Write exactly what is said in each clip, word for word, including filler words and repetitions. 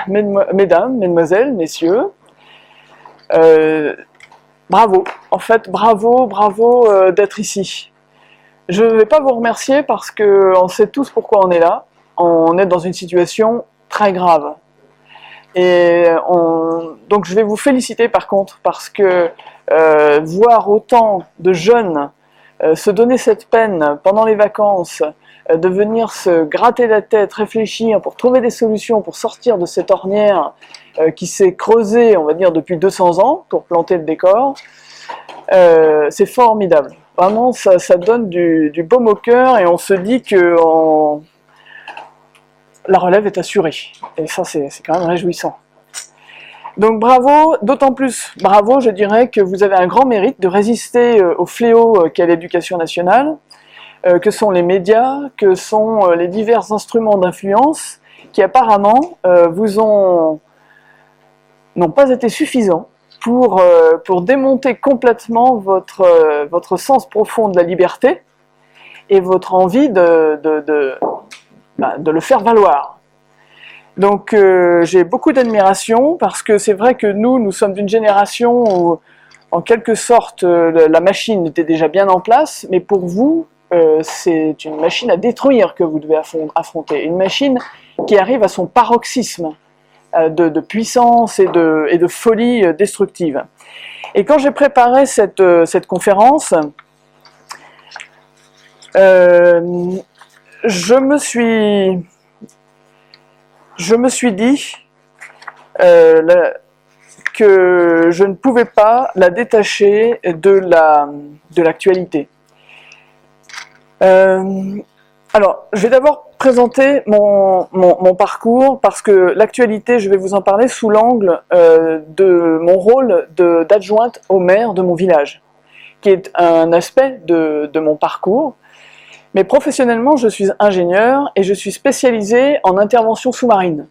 mesdames, mesdemoiselles, messieurs, euh, bravo, en fait, bravo, bravo euh, d'être ici. Je ne vais pas vous remercier parce qu'on sait tous pourquoi on est là. On est dans une situation très grave. Et on... donc je vais vous féliciter par contre, parce que euh, voir autant de jeunes euh, se donner cette peine pendant les vacances, euh, de venir se gratter la tête, réfléchir pour trouver des solutions, pour sortir de cette ornière euh, qui s'est creusée, on va dire, depuis deux cents ans, pour planter le décor, euh, c'est formidable. Vraiment, ça, ça donne du, du baume au cœur et on se dit que on... la relève est assurée. Et ça, c'est quand même réjouissant. Donc bravo, d'autant plus bravo, je dirais, que vous avez un grand mérite de résister euh, au fléau euh, qu'est l'éducation nationale, euh, que sont les médias, que sont euh, les divers instruments d'influence, qui apparemment euh, vous ont n'ont pas été suffisants pour, euh, pour démonter complètement votre, euh, votre sens profond de la liberté et votre envie de, de, de, bah, de le faire valoir. Donc euh, j'ai beaucoup d'admiration parce que c'est vrai que nous, nous sommes d'une génération où en quelque sorte euh, la machine était déjà bien en place, mais pour vous, euh, c'est une machine à détruire que vous devez affronter, une machine qui arrive à son paroxysme euh, de, de puissance et de, et de folie euh, destructive. Et quand j'ai préparé cette, euh, cette conférence, euh, je me suis... Je me suis dit euh, la, que je ne pouvais pas la détacher de la de l'actualité. Euh, alors, je vais d'abord présenter mon, mon, mon parcours parce que l'actualité, je vais vous en parler sous l'angle euh, de mon rôle d'adjointe au maire de mon village, qui est un aspect de, de mon parcours. Mais professionnellement, je suis ingénieur et je suis spécialisé en intervention sous-marine.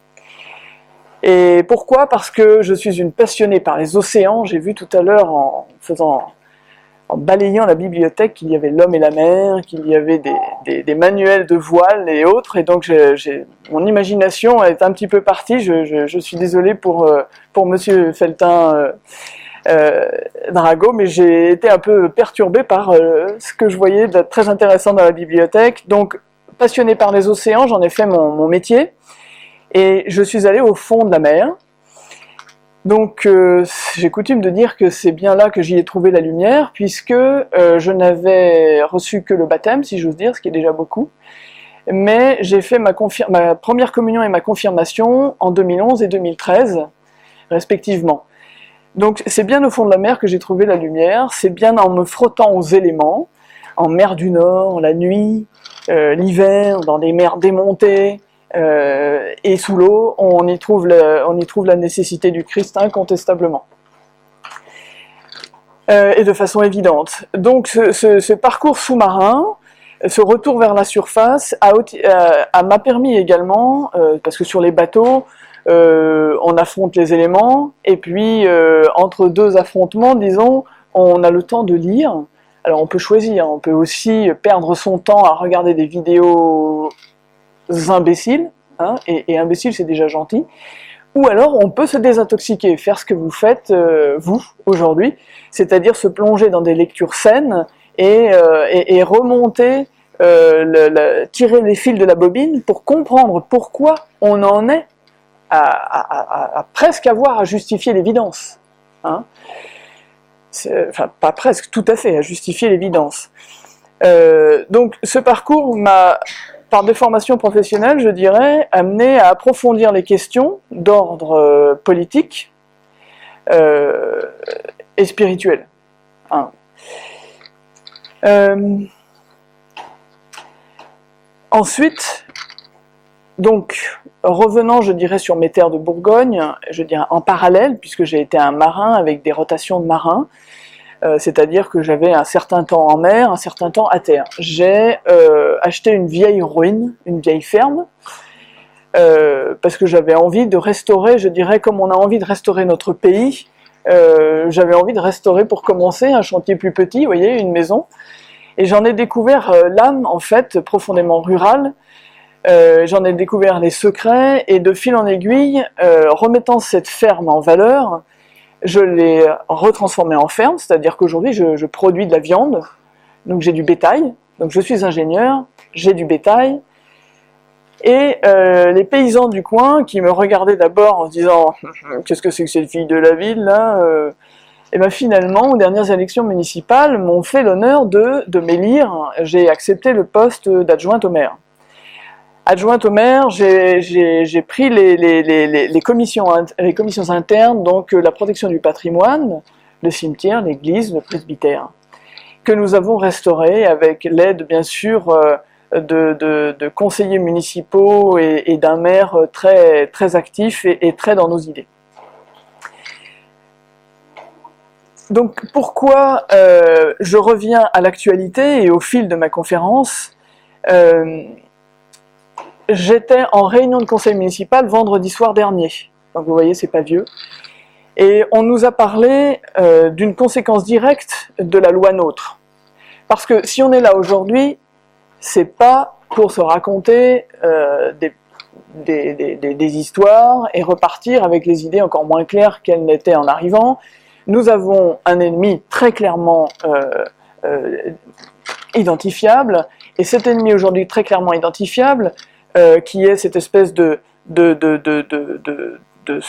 Et pourquoi? Parce que je suis une passionnée par les océans. J'ai vu tout à l'heure en faisant, en balayant la bibliothèque qu'il y avait l'homme et la mer, qu'il y avait des, des, des manuels de voile et autres. Et donc, j'ai, j'ai, mon imagination est un petit peu partie. Je, je, je suis désolé pour, pour Monsieur Feltin. Euh, Euh, Drago, mais j'ai été un peu perturbé par euh, ce que je voyais de très intéressant dans la bibliothèque. Donc, passionné par les océans, j'en ai fait mon, mon métier, et je suis allé au fond de la mer. Donc, euh, j'ai coutume de dire que c'est bien là que j'y ai trouvé la lumière, puisque euh, je n'avais reçu que le baptême, si j'ose dire, ce qui est déjà beaucoup, mais j'ai fait ma, ma première communion et ma confirmation en deux mille onze et deux mille treize, respectivement. Donc c'est bien au fond de la mer que j'ai trouvé la lumière, c'est bien en me frottant aux éléments, en mer du Nord, la nuit, euh, l'hiver, dans des mers démontées, euh, et sous l'eau, on y trouve le, on y trouve la nécessité du Christ incontestablement. Euh, et de façon évidente. Donc ce, ce, ce parcours sous-marin, ce retour vers la surface, a, a, a, m'a permis également, euh, parce que sur les bateaux, Euh, on affronte les éléments, et puis euh, entre deux affrontements, disons, on a le temps de lire. Alors on peut choisir, on peut aussi perdre son temps à regarder des vidéos imbéciles, hein, et, et imbécile c'est déjà gentil, ou alors on peut se désintoxiquer, faire ce que vous faites, euh, vous, aujourd'hui, c'est-à-dire se plonger dans des lectures saines et, euh, et, et remonter, euh, le, le, tirer les fils de la bobine pour comprendre pourquoi on en est À, à, à, à presque avoir à justifier l'évidence. Hein, enfin, pas presque, tout à fait, à justifier l'évidence. Euh, donc, ce parcours m'a, par des formations professionnelles, je dirais, amené à approfondir les questions d'ordre euh, politique euh, et spirituel. Hein. Euh, ensuite, donc, revenant, je dirais, sur mes terres de Bourgogne, je dirais en parallèle, puisque j'ai été un marin avec des rotations de marins, euh, c'est-à-dire que j'avais un certain temps en mer, un certain temps à terre. J'ai euh, acheté une vieille ruine, une vieille ferme, euh, parce que j'avais envie de restaurer, je dirais, comme on a envie de restaurer notre pays, euh, j'avais envie de restaurer, pour commencer, un chantier plus petit, vous voyez, une maison, et j'en ai découvert euh, l'âme, en fait, profondément rurale, euh, j'en ai découvert les secrets, et de fil en aiguille, euh, remettant cette ferme en valeur, je l'ai retransformée en ferme, c'est-à-dire qu'aujourd'hui je, je produis de la viande, donc j'ai du bétail, donc je suis ingénieur, j'ai du bétail, et euh, les paysans du coin qui me regardaient d'abord en se disant « Qu'est-ce que c'est que cette fille de la ville là euh, ?» Et bien finalement, aux dernières élections municipales, m'ont fait l'honneur de, de m'élire. J'ai accepté le poste d'adjointe au maire. Adjointe au maire, j'ai pris les, les, les, les, commissions, les commissions internes, donc la protection du patrimoine, le cimetière, l'église, le presbytère, que nous avons restauré avec l'aide bien sûr de, de, de conseillers municipaux et, et d'un maire très, très actif et, et très dans nos idées. Donc pourquoi euh, je reviens à l'actualité et au fil de ma conférence, euh, j'étais en réunion de conseil municipal vendredi soir dernier, donc vous voyez c'est pas vieux, et on nous a parlé euh, d'une conséquence directe de la loi NOTRe. Parce que si on est là aujourd'hui, c'est pas pour se raconter euh, des, des, des, des, des histoires et repartir avec les idées encore moins claires qu'elles n'étaient en arrivant. Nous avons un ennemi très clairement euh, euh, identifiable, et cet ennemi aujourd'hui très clairement identifiable, euh, qui est cette espèce de, de, de, de, de, de, de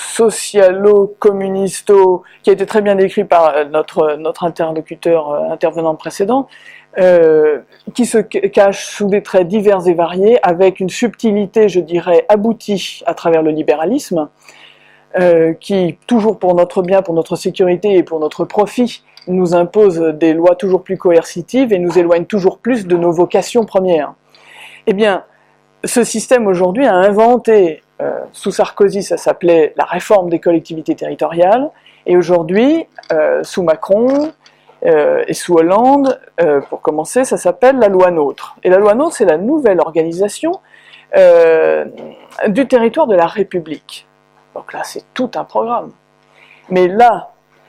socialo-communisto, qui a été très bien décrit par notre, notre interlocuteur euh, intervenant précédent, euh, qui se cache sous des traits divers et variés, avec une subtilité, je dirais, aboutie à travers le libéralisme, Euh, qui, toujours pour notre bien, pour notre sécurité et pour notre profit, nous impose des lois toujours plus coercitives et nous éloigne toujours plus de nos vocations premières. Eh bien, ce système aujourd'hui a inventé, euh, sous Sarkozy ça s'appelait la réforme des collectivités territoriales, et aujourd'hui, euh, sous Macron euh, et sous Hollande, euh, pour commencer, ça s'appelle la loi NOTRe. Et la loi NOTRe, c'est la nouvelle organisation euh, du territoire de la République. Donc là, c'est tout un programme. Mais là,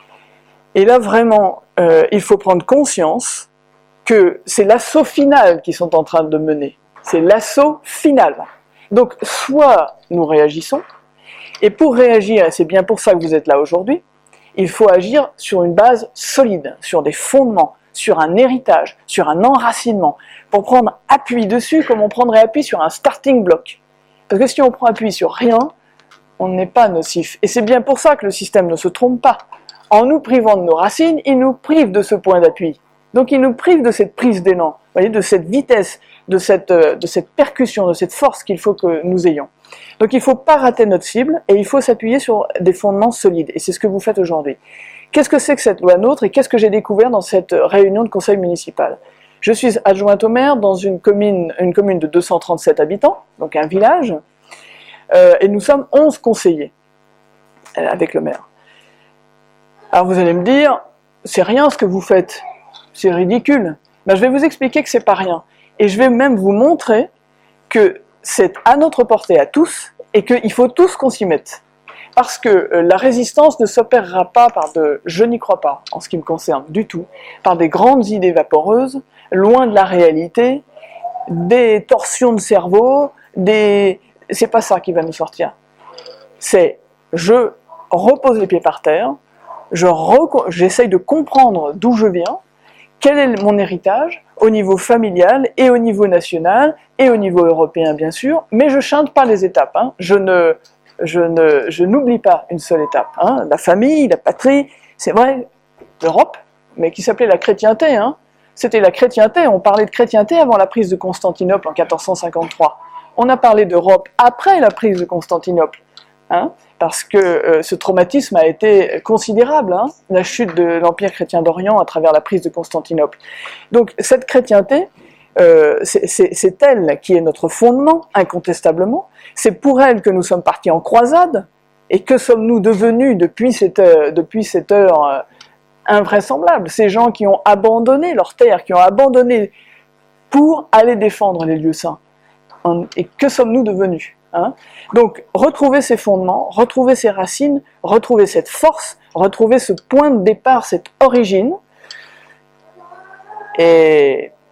et là vraiment, euh, il faut prendre conscience que c'est l'assaut final qu'ils sont en train de mener. C'est l'assaut final. Donc, soit nous réagissons, et pour réagir, et c'est bien pour ça que vous êtes là aujourd'hui, il faut agir sur une base solide, sur des fondements, sur un héritage, sur un enracinement, pour prendre appui dessus comme on prendrait appui sur un starting block. Parce que si on prend appui sur rien, on n'est pas nocif. Et c'est bien pour ça que le système ne se trompe pas. En nous privant de nos racines, il nous prive de ce point d'appui. Donc il nous prive de cette prise d'élan, vous voyez, de cette vitesse, de cette, de cette percussion, de cette force qu'il faut que nous ayons. Donc il ne faut pas rater notre cible, et il faut s'appuyer sur des fondements solides. Et c'est ce que vous faites aujourd'hui. Qu'est-ce que c'est que cette loi NOTRe, et qu'est-ce que j'ai découvert dans cette réunion de conseil municipal? Je suis adjointe au maire dans une commune, une commune de deux cent trente-sept habitants, donc un village, Euh, et nous sommes onze conseillers euh, avec le maire. Alors vous allez me dire, c'est rien ce que vous faites, c'est ridicule. Ben, je vais vous expliquer que c'est pas rien. Et je vais même vous montrer que c'est à notre portée à tous, et qu'il faut tous qu'on s'y mette. Parce que euh, la résistance ne s'opérera pas par de, je n'y crois pas, en ce qui me concerne du tout, par des grandes idées vaporeuses, loin de la réalité, des torsions de cerveau, des... C'est pas ça qui va nous sortir. C'est, je repose les pieds par terre, je j'essaye de comprendre d'où je viens, quel est mon héritage, au niveau familial et au niveau national et au niveau européen bien sûr, mais je chante pas les étapes. Hein. Je ne, je ne, je n'oublie pas une seule étape. Hein. La famille, la patrie, c'est vrai, l'Europe, mais qui s'appelait la chrétienté. Hein. C'était la chrétienté. On parlait de chrétienté avant la prise de Constantinople en quatorze cent cinquante-trois. On a parlé d'Europe après la prise de Constantinople, hein, parce que euh, ce traumatisme a été considérable, hein, la chute de l'Empire chrétien d'Orient à travers la prise de Constantinople. Donc cette chrétienté, euh, c'est elle qui est notre fondement, incontestablement, c'est pour elle que nous sommes partis en croisade, et que sommes-nous devenus depuis cette, euh, depuis cette heure euh, invraisemblable, ces gens qui ont abandonné leur terre, qui ont abandonné pour aller défendre les lieux saints. Et que sommes-nous devenus, hein? Donc, retrouver ces fondements, retrouver ces racines, retrouver cette force, retrouver ce point de départ, cette origine, et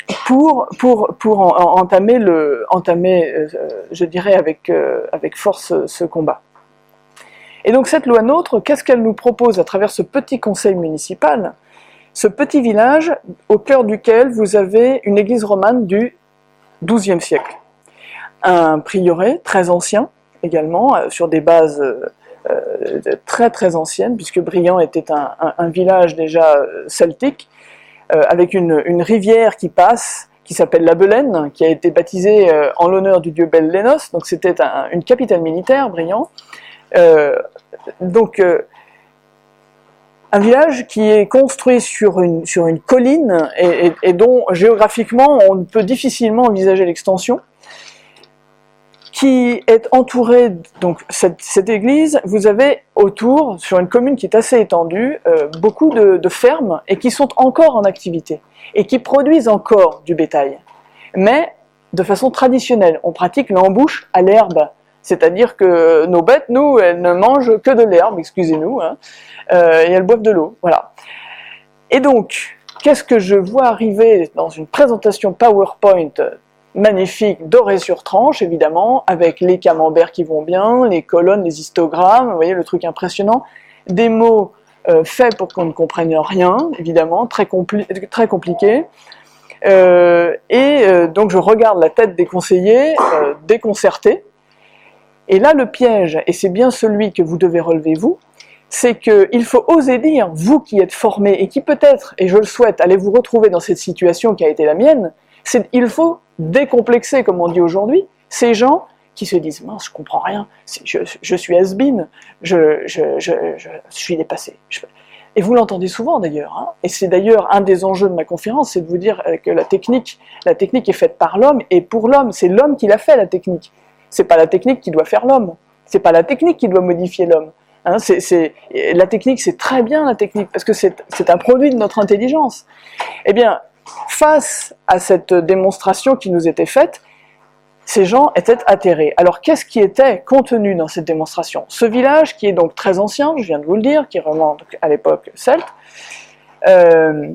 pour, pour, pour en, en, entamer, le, entamer euh, je dirais, avec, euh, avec force ce combat. Et donc cette loi NOTRe, qu'est-ce qu'elle nous propose à travers ce petit conseil municipal? Ce petit village au cœur duquel vous avez une église romane du douzième siècle. Un prieuré très ancien également, sur des bases euh, très très anciennes, puisque Briand était un, un, un village déjà celtique, euh, avec une, une rivière qui passe, qui s'appelle la Belaine, qui a été baptisée euh, en l'honneur du dieu Bel-Lénos, donc c'était un, une capitale militaire, Briand. Euh, donc euh, un village qui est construit sur une, sur une colline et, et, et dont géographiquement on peut difficilement envisager l'extension, qui est entouré, donc cette, cette église, vous avez autour, sur une commune qui est assez étendue, euh, beaucoup de, de fermes et qui sont encore en activité et qui produisent encore du bétail, mais de façon traditionnelle. On pratique l'embouche à l'herbe. C'est-à-dire que nos bêtes, nous, elles ne mangent que de l'herbe, excusez-nous, hein, euh, et elles boivent de l'eau, voilà. Et donc, qu'est-ce que je vois arriver dans une présentation PowerPoint magnifique, dorée sur tranche, évidemment, avec les camemberts qui vont bien, les colonnes, les histogrammes, vous voyez le truc impressionnant, des mots euh, faits pour qu'on ne comprenne rien, évidemment, très, compli très compliqués. Euh, et euh, donc je regarde la tête des conseillers, euh, déconcertés. Et là, le piège, et c'est bien celui que vous devez relever vous, c'est qu'il faut oser dire, vous qui êtes formés et qui peut-être, et je le souhaite, allez vous retrouver dans cette situation qui a été la mienne, c'est il faut décomplexer, comme on dit aujourd'hui, ces gens qui se disent « mince, je comprends rien, je, je suis has-been, je, je, je, je, je suis dépassé je... ». Et vous l'entendez souvent d'ailleurs, hein, et c'est d'ailleurs un des enjeux de ma conférence, c'est de vous dire que la technique, la technique est faite par l'homme et pour l'homme, c'est l'homme qui l'a fait la technique. C'est pas la technique qui doit faire l'homme, c'est pas la technique qui doit modifier l'homme. Hein, c'est, c'est, la technique, c'est très bien la technique, parce que c'est, c'est un produit de notre intelligence. Eh bien, face à cette démonstration qui nous était faite, ces gens étaient atterrés. Alors qu'est-ce qui était contenu dans cette démonstration? Ce village, qui est donc très ancien, je viens de vous le dire, qui remonte à l'époque celte, euh,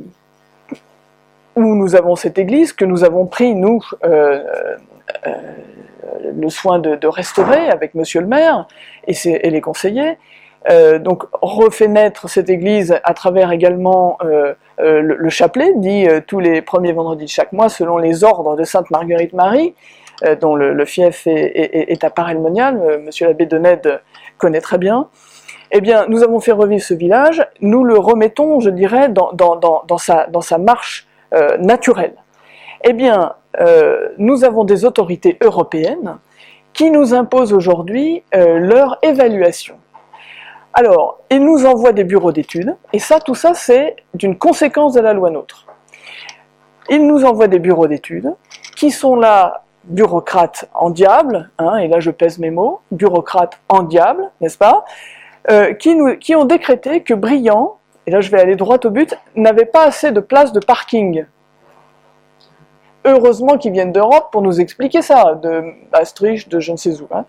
où nous avons cette église que nous avons pris, nous, euh, euh, le soin de, de restaurer avec monsieur le maire et, ses, et les conseillers, euh, donc refait naître cette église à travers également euh, euh, le, le chapelet, dit euh, tous les premiers vendredis de chaque mois selon les ordres de Sainte Marguerite Marie, euh, dont le, le fief est, est, est à Paray-le-Monial, euh, monsieur l'abbé Denède connaît très bien. Eh bien, nous avons fait revivre ce village, nous le remettons, je dirais, dans, dans, dans, dans, sa, dans sa marche euh, naturelle. Eh bien, euh, nous avons des autorités européennes qui nous imposent aujourd'hui euh, leur évaluation. Alors, ils nous envoient des bureaux d'études, et ça, tout ça, c'est d'une conséquence de la loi NOTRe. Ils nous envoient des bureaux d'études, qui sont là, bureaucrates en diable, hein, et là je pèse mes mots, bureaucrates en diable, n'est-ce pas, euh, qui, nous, qui ont décrété que Briand, et là je vais aller droit au but, n'avait pas assez de places de parking. Heureusement qu'ils viennent d'Europe pour nous expliquer ça, de Maastricht, de je ne sais où. Hein.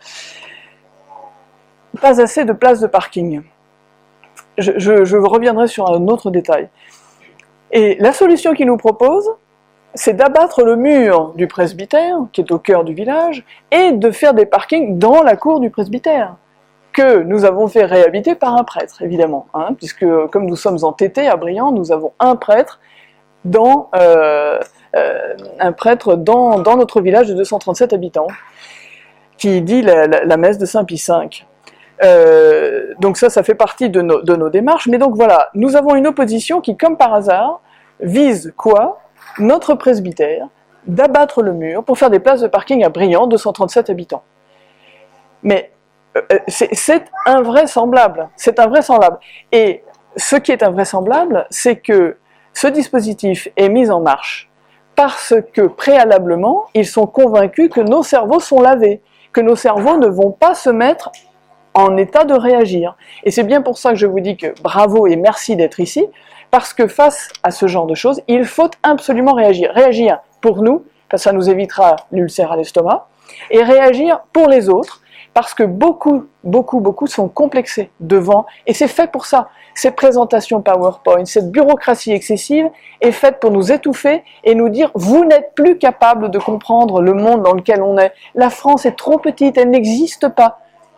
Pas assez de places de parking. Je, je, je reviendrai sur un autre détail. Et la solution qu'ils nous proposent, c'est d'abattre le mur du presbytère, qui est au cœur du village, et de faire des parkings dans la cour du presbytère, que nous avons fait réhabiliter par un prêtre, évidemment, hein, puisque comme nous sommes entêtés à Briand, nous avons un prêtre dans... Euh, Euh, un prêtre dans, dans notre village de deux cent trente-sept habitants, qui dit la, la, la messe de Saint Pie cinq. Euh, donc ça, ça fait partie de nos, de nos démarches, mais donc voilà, nous avons une opposition qui, comme par hasard, vise quoi? Notre presbytère, d'abattre le mur pour faire des places de parking à Briand, deux cent trente-sept habitants. Mais euh, c'est invraisemblable, c'est invraisemblable. Et ce qui est invraisemblable, c'est que ce dispositif est mis en marche parce que préalablement, ils sont convaincus que nos cerveaux sont lavés, que nos cerveaux ne vont pas se mettre en état de réagir. Et c'est bien pour ça que je vous dis que bravo et merci d'être ici, parce que face à ce genre de choses, il faut absolument réagir. Réagir pour nous, parce que ça nous évitera l'ulcère à l'estomac, et réagir pour les autres, parce que beaucoup, beaucoup, beaucoup sont complexés devant, et c'est fait pour ça. Ces présentations PowerPoint, cette bureaucratie excessive est faite pour nous étouffer et nous dire « vous n'êtes plus capable de comprendre le monde dans lequel on est. La France est trop petite, elle n'existe pas. »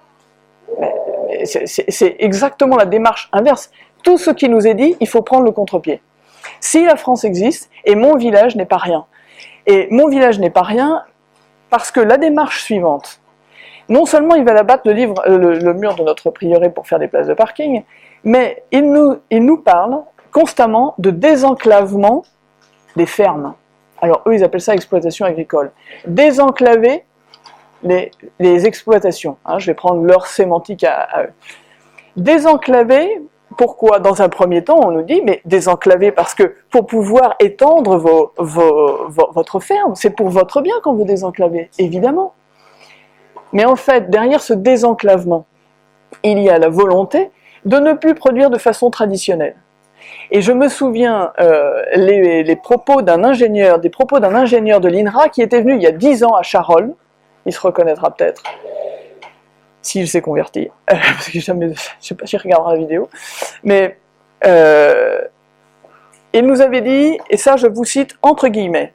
C'est exactement la démarche inverse. Tout ce qui nous est dit, il faut prendre le contre-pied. Si la France existe, et mon village n'est pas rien. Et mon village n'est pas rien parce que la démarche suivante, non seulement il va abattre le, livre, le, le mur de notre prieuré pour faire des places de parking, mais il nous, il nous parle constamment de désenclavement des fermes. Alors eux, ils appellent ça exploitation agricole. Désenclaver les, les exploitations. Hein, je vais prendre leur sémantique à, à eux. Désenclaver, pourquoi? Dans un premier temps, on nous dit, mais désenclaver parce que pour pouvoir étendre vos, vos, vos, votre ferme, c'est pour votre bien qu'on veut désenclaver, évidemment. Mais en fait, derrière ce désenclavement, il y a la volonté de ne plus produire de façon traditionnelle. Et je me souviens euh, les, les propos d'un ingénieur, des propos d'un ingénieur de l'INRA qui était venu il y a dix ans à Charolles, il se reconnaîtra peut-être, s'il s'est converti, euh, parce que jamais, je ne sais pas si je regarderai la vidéo, mais euh, il nous avait dit, et ça je vous cite entre guillemets,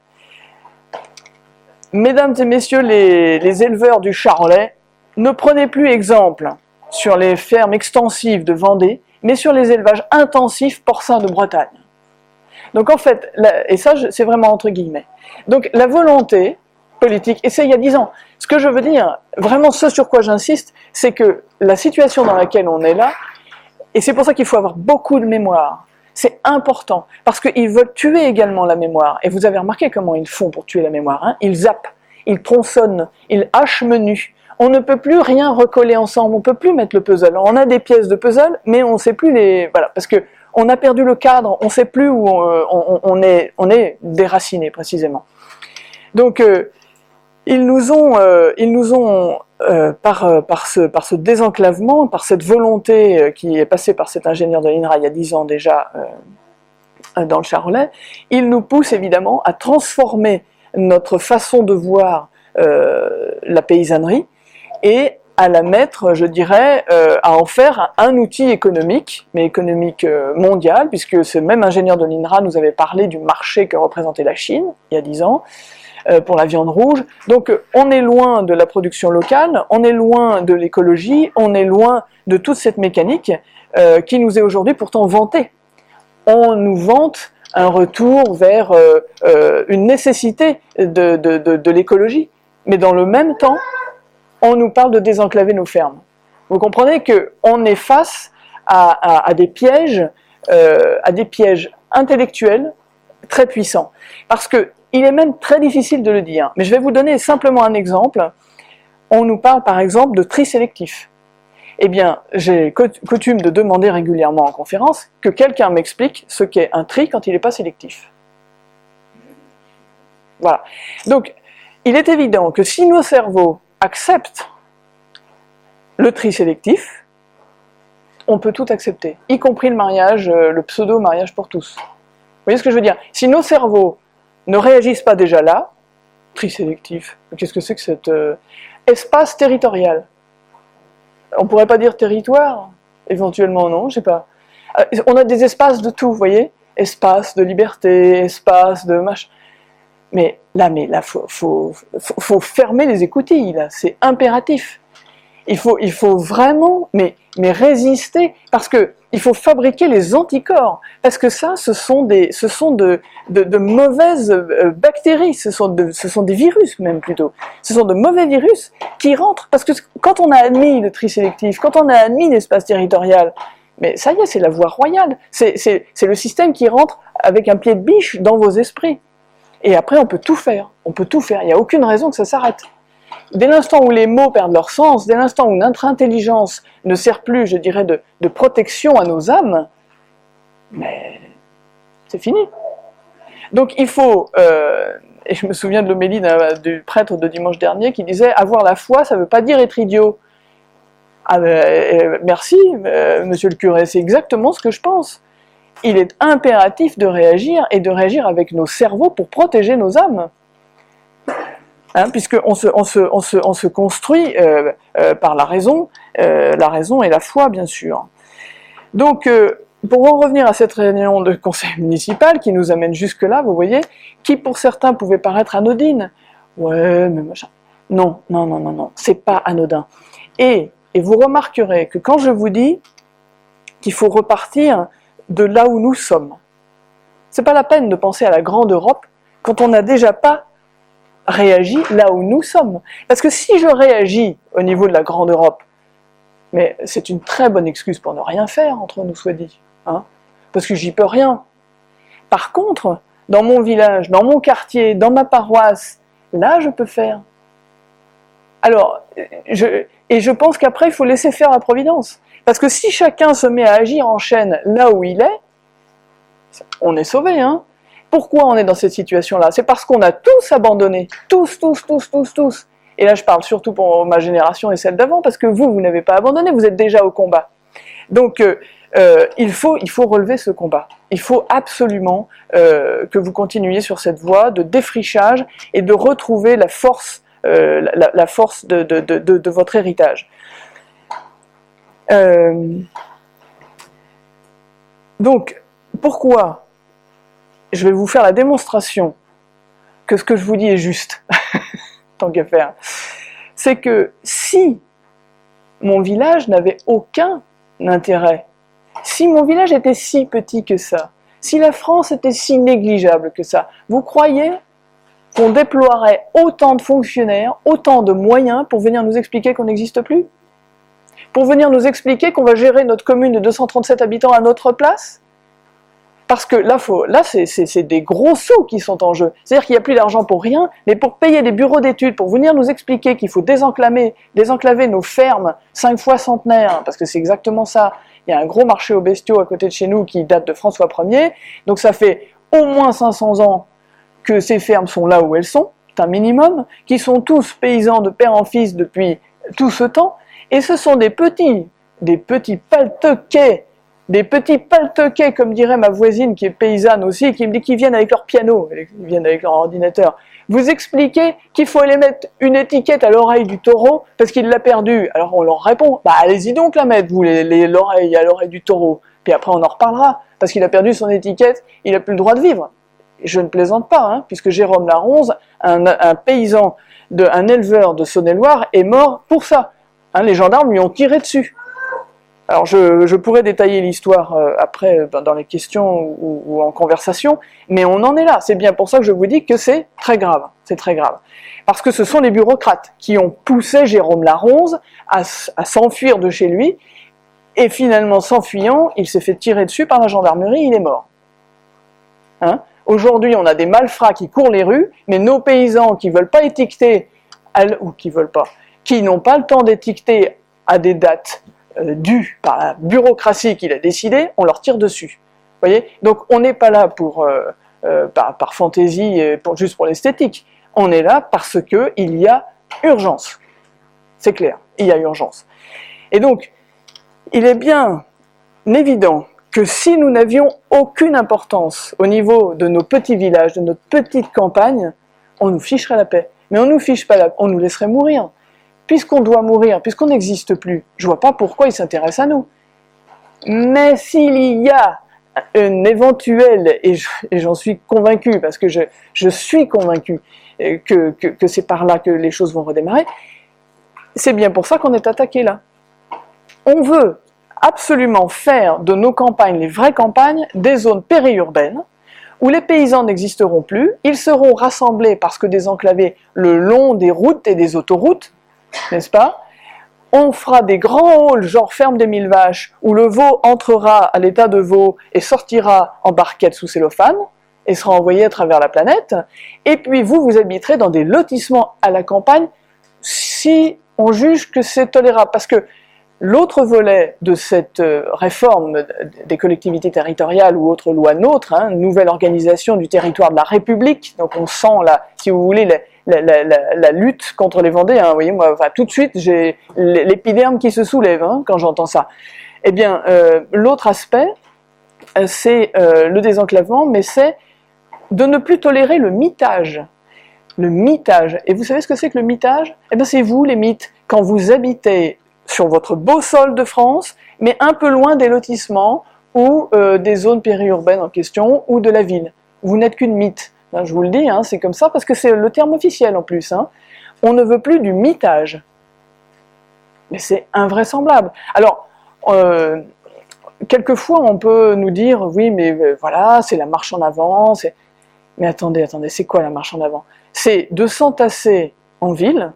« Mesdames et messieurs les, les éleveurs du Charolais, ne prenez plus exemple sur les fermes extensives de Vendée, mais sur les élevages intensifs porcins de Bretagne. » Donc en fait, la, et ça c'est vraiment entre guillemets, donc la volonté politique, et c'est il y a dix ans, ce que je veux dire, vraiment ce sur quoi j'insiste, c'est que la situation dans laquelle on est là, et c'est pour ça qu'il faut avoir beaucoup de mémoire, c'est important, parce qu'ils veulent tuer également la mémoire, et vous avez remarqué comment ils font pour tuer la mémoire, hein, ils zappent, ils tronçonnent, ils hachent menu. On ne peut plus rien recoller ensemble, on ne peut plus mettre le puzzle. On a des pièces de puzzle, mais on ne sait plus les... Voilà, parce que on a perdu le cadre, on ne sait plus où on, on, on, est, on est déraciné, précisément. Donc, euh, ils nous ont, euh, ils nous ont euh, par, euh, par, ce, par ce désenclavement, par cette volonté euh, qui est passée par cet ingénieur de l'INRA il y a dix ans déjà euh, dans le Charolais, ils nous poussent évidemment à transformer notre façon de voir euh, la paysannerie, et à la mettre, je dirais, euh, à en faire un outil économique, mais économique euh, mondial, puisque ce même ingénieur de l'INRA nous avait parlé du marché que représentait la Chine, il y a dix ans, euh, pour la viande rouge. Donc on est loin de la production locale, on est loin de l'écologie, on est loin de toute cette mécanique euh, qui nous est aujourd'hui pourtant vantée. On nous vante un retour vers euh, euh, une nécessité de, de, de, de l'écologie, mais dans le même temps, on nous parle de désenclaver nos fermes. Vous comprenez qu'on est face à, à, à des pièges, euh, à des pièges intellectuels très puissants. Parce que il est même très difficile de le dire. Mais je vais vous donner simplement un exemple. On nous parle par exemple de tri sélectif. Eh bien, j'ai coutume de demander régulièrement en conférence que quelqu'un m'explique ce qu'est un tri quand il n'est pas sélectif. Voilà. Donc, il est évident que si nos cerveaux acceptent le tri sélectif, on peut tout accepter, y compris le mariage, le pseudo-mariage pour tous. Vous voyez ce que je veux dire? Si nos cerveaux ne réagissent pas déjà là, tri sélectif, qu'est-ce que c'est que cet euh, espace territorial? On pourrait pas dire territoire? Éventuellement non, je sais pas. On a des espaces de tout, vous voyez? Espace de liberté, espace de machin. Mais là, mais là, faut, faut, faut, faut fermer les écoutilles, là, c'est impératif. Il faut, il faut vraiment, mais, mais résister, parce que il faut fabriquer les anticorps, parce que ça, ce sont des, ce sont de, de, de mauvaises bactéries, ce sont, de, ce sont des virus même plutôt. Ce sont de mauvais virus qui rentrent, parce que quand on a admis le tri sélectif, quand on a admis l'espace territorial, mais ça y est, c'est la voie royale, c'est, c'est, c'est le système qui rentre avec un pied de biche dans vos esprits. Et après, on peut tout faire, on peut tout faire, il n'y a aucune raison que ça s'arrête. Dès l'instant où les mots perdent leur sens, dès l'instant où notre intelligence ne sert plus, je dirais, de, de protection à nos âmes, mais c'est fini. Donc il faut, euh, et je me souviens de l'homélie du prêtre de dimanche dernier qui disait « avoir la foi, ça ne veut pas dire être idiot ». Ah ben, merci, euh, monsieur le curé, c'est exactement ce que je pense. Il est impératif de réagir, et de réagir avec nos cerveaux pour protéger nos âmes. Hein, puisqu'on se, on se, on se, on se construit euh, euh, par la raison, euh, la raison et la foi, bien sûr. Donc, euh, pour en revenir à cette réunion de conseil municipal qui nous amène jusque-là, vous voyez, qui pour certains pouvait paraître anodine. Ouais, mais machin. Non, non, non, non, non, c'est pas anodin. Et, et vous remarquerez que quand je vous dis qu'il faut repartir de là où nous sommes, c'est pas la peine de penser à la grande Europe quand on n'a déjà pas réagi là où nous sommes. Parce que si je réagis au niveau de la grande Europe, mais c'est une très bonne excuse pour ne rien faire, entre nous soit dit, hein, parce que j'y peux rien. Par contre, dans mon village, dans mon quartier, dans ma paroisse, là je peux faire. Alors, je, et je pense qu'après il faut laisser faire la providence. Parce que si chacun se met à agir en chaîne là où il est, on est sauvé, hein. Pourquoi on est dans cette situation-là? C'est parce qu'on a tous abandonné, tous, tous, tous, tous, tous. Et là je parle surtout pour ma génération et celle d'avant, parce que vous, vous n'avez pas abandonné, vous êtes déjà au combat. Donc euh, euh, il faut, il faut relever ce combat. Il faut absolument euh, que vous continuiez sur cette voie de défrichage et de retrouver la force, euh, la, la force de, de, de, de, de votre héritage. Euh, donc, pourquoi? Je vais vous faire la démonstration que ce que je vous dis est juste, tant qu'à faire. C'est que si mon village n'avait aucun intérêt, si mon village était si petit que ça, si la France était si négligeable que ça, vous croyez qu'on déploierait autant de fonctionnaires, autant de moyens pour venir nous expliquer qu'on n'existe plus? Pour venir nous expliquer qu'on va gérer notre commune de deux cent trente-sept habitants à notre place? Parce que là, faut, là c'est, c'est, c'est des gros sous qui sont en jeu. C'est-à-dire qu'il n'y a plus d'argent pour rien, mais pour payer des bureaux d'études, pour venir nous expliquer qu'il faut désenclaver, désenclaver nos fermes cinq fois centenaires, parce que c'est exactement ça. Il y a un gros marché aux bestiaux à côté de chez nous qui date de François Ier, donc ça fait au moins cinq cents ans que ces fermes sont là où elles sont, c'est un minimum, qui sont tous paysans de père en fils depuis tout ce temps, et ce sont des petits, des petits paltoquets, des petits paltoquets, comme dirait ma voisine qui est paysanne aussi, qui me dit qu'ils viennent avec leur piano, ils viennent avec leur ordinateur. Vous expliquez qu'il faut aller mettre une étiquette à l'oreille du taureau parce qu'il l'a perdu. Alors on leur répond, bah allez-y donc la mettre, vous, les, les, l'oreille à l'oreille du taureau. Puis après on en reparlera, parce qu'il a perdu son étiquette, il n'a plus le droit de vivre. Et je ne plaisante pas, hein, puisque Jérôme Laronze, un, un paysan, de, un éleveur de Saône-et-Loire, est mort pour ça. Hein, les gendarmes lui ont tiré dessus. Alors je, je pourrais détailler l'histoire euh, après ben, dans les questions ou, ou en conversation, mais on en est là. C'est bien pour ça que je vous dis que c'est très grave. C'est très grave. Parce que ce sont les bureaucrates qui ont poussé Jérôme Laronze à, à s'enfuir de chez lui, et finalement s'enfuyant, il s'est fait tirer dessus par la gendarmerie, il est mort. Hein? Aujourd'hui, on a des malfrats qui courent les rues, mais nos paysans qui veulent pas étiqueter, ou qui veulent pas, qui n'ont pas le temps d'étiqueter à des dates Euh, dû par la bureaucratie qu'il a décidé, on leur tire dessus. Vous voyez? Donc on n'est pas là pour, euh, euh, par, par fantaisie, et pour, juste pour l'esthétique. On est là parce qu'il y a urgence. C'est clair, il y a urgence. Et donc, il est bien évident que si nous n'avions aucune importance au niveau de nos petits villages, de notre petite campagne, on nous ficherait la paix. Mais on nous fiche pas la paix, on nous laisserait mourir. Puisqu'on doit mourir, puisqu'on n'existe plus, je vois pas pourquoi il s'intéresse à nous. Mais s'il y a une éventuelle, et j'en suis convaincu, parce que je, je suis convaincu que, que, que c'est par là que les choses vont redémarrer, c'est bien pour ça qu'on est attaqué là. On veut absolument faire de nos campagnes, les vraies campagnes, des zones périurbaines, où les paysans n'existeront plus, ils seront rassemblés parce que désenclavés le long des routes et des autoroutes, n'est-ce pas? On fera des grands halls, genre ferme des mille vaches, où le veau entrera à l'état de veau et sortira en barquette sous cellophane, et sera envoyé à travers la planète, et puis vous, vous habiterez dans des lotissements à la campagne, si on juge que c'est tolérable, parce que l'autre volet de cette réforme des collectivités territoriales ou autre loi NOTRe, hein, nouvelle organisation du territoire de la République, donc on sent là, si vous voulez, la, la, la, la, la lutte contre les Vendéens, vous voyez, moi, enfin, tout de suite, j'ai l'épiderme qui se soulève hein, quand j'entends ça. Eh bien, euh, l'autre aspect, c'est euh, le désenclavement, mais c'est de ne plus tolérer le mitage. Le mitage. Et vous savez ce que c'est que le mitage? Eh bien c'est vous les mythes, quand vous habitez sur votre beau sol de France, mais un peu loin des lotissements ou euh, des zones périurbaines en question, ou de la ville. Vous n'êtes qu'une mythe. Ben, je vous le dis, hein, c'est comme ça, parce que c'est le terme officiel en plus. Hein. On ne veut plus du mitage. Mais c'est invraisemblable. Alors, euh, quelquefois on peut nous dire, oui mais euh, voilà, c'est la marche en avant, c'est... Mais attendez, attendez, c'est quoi la marche en avant? C'est de s'entasser en ville,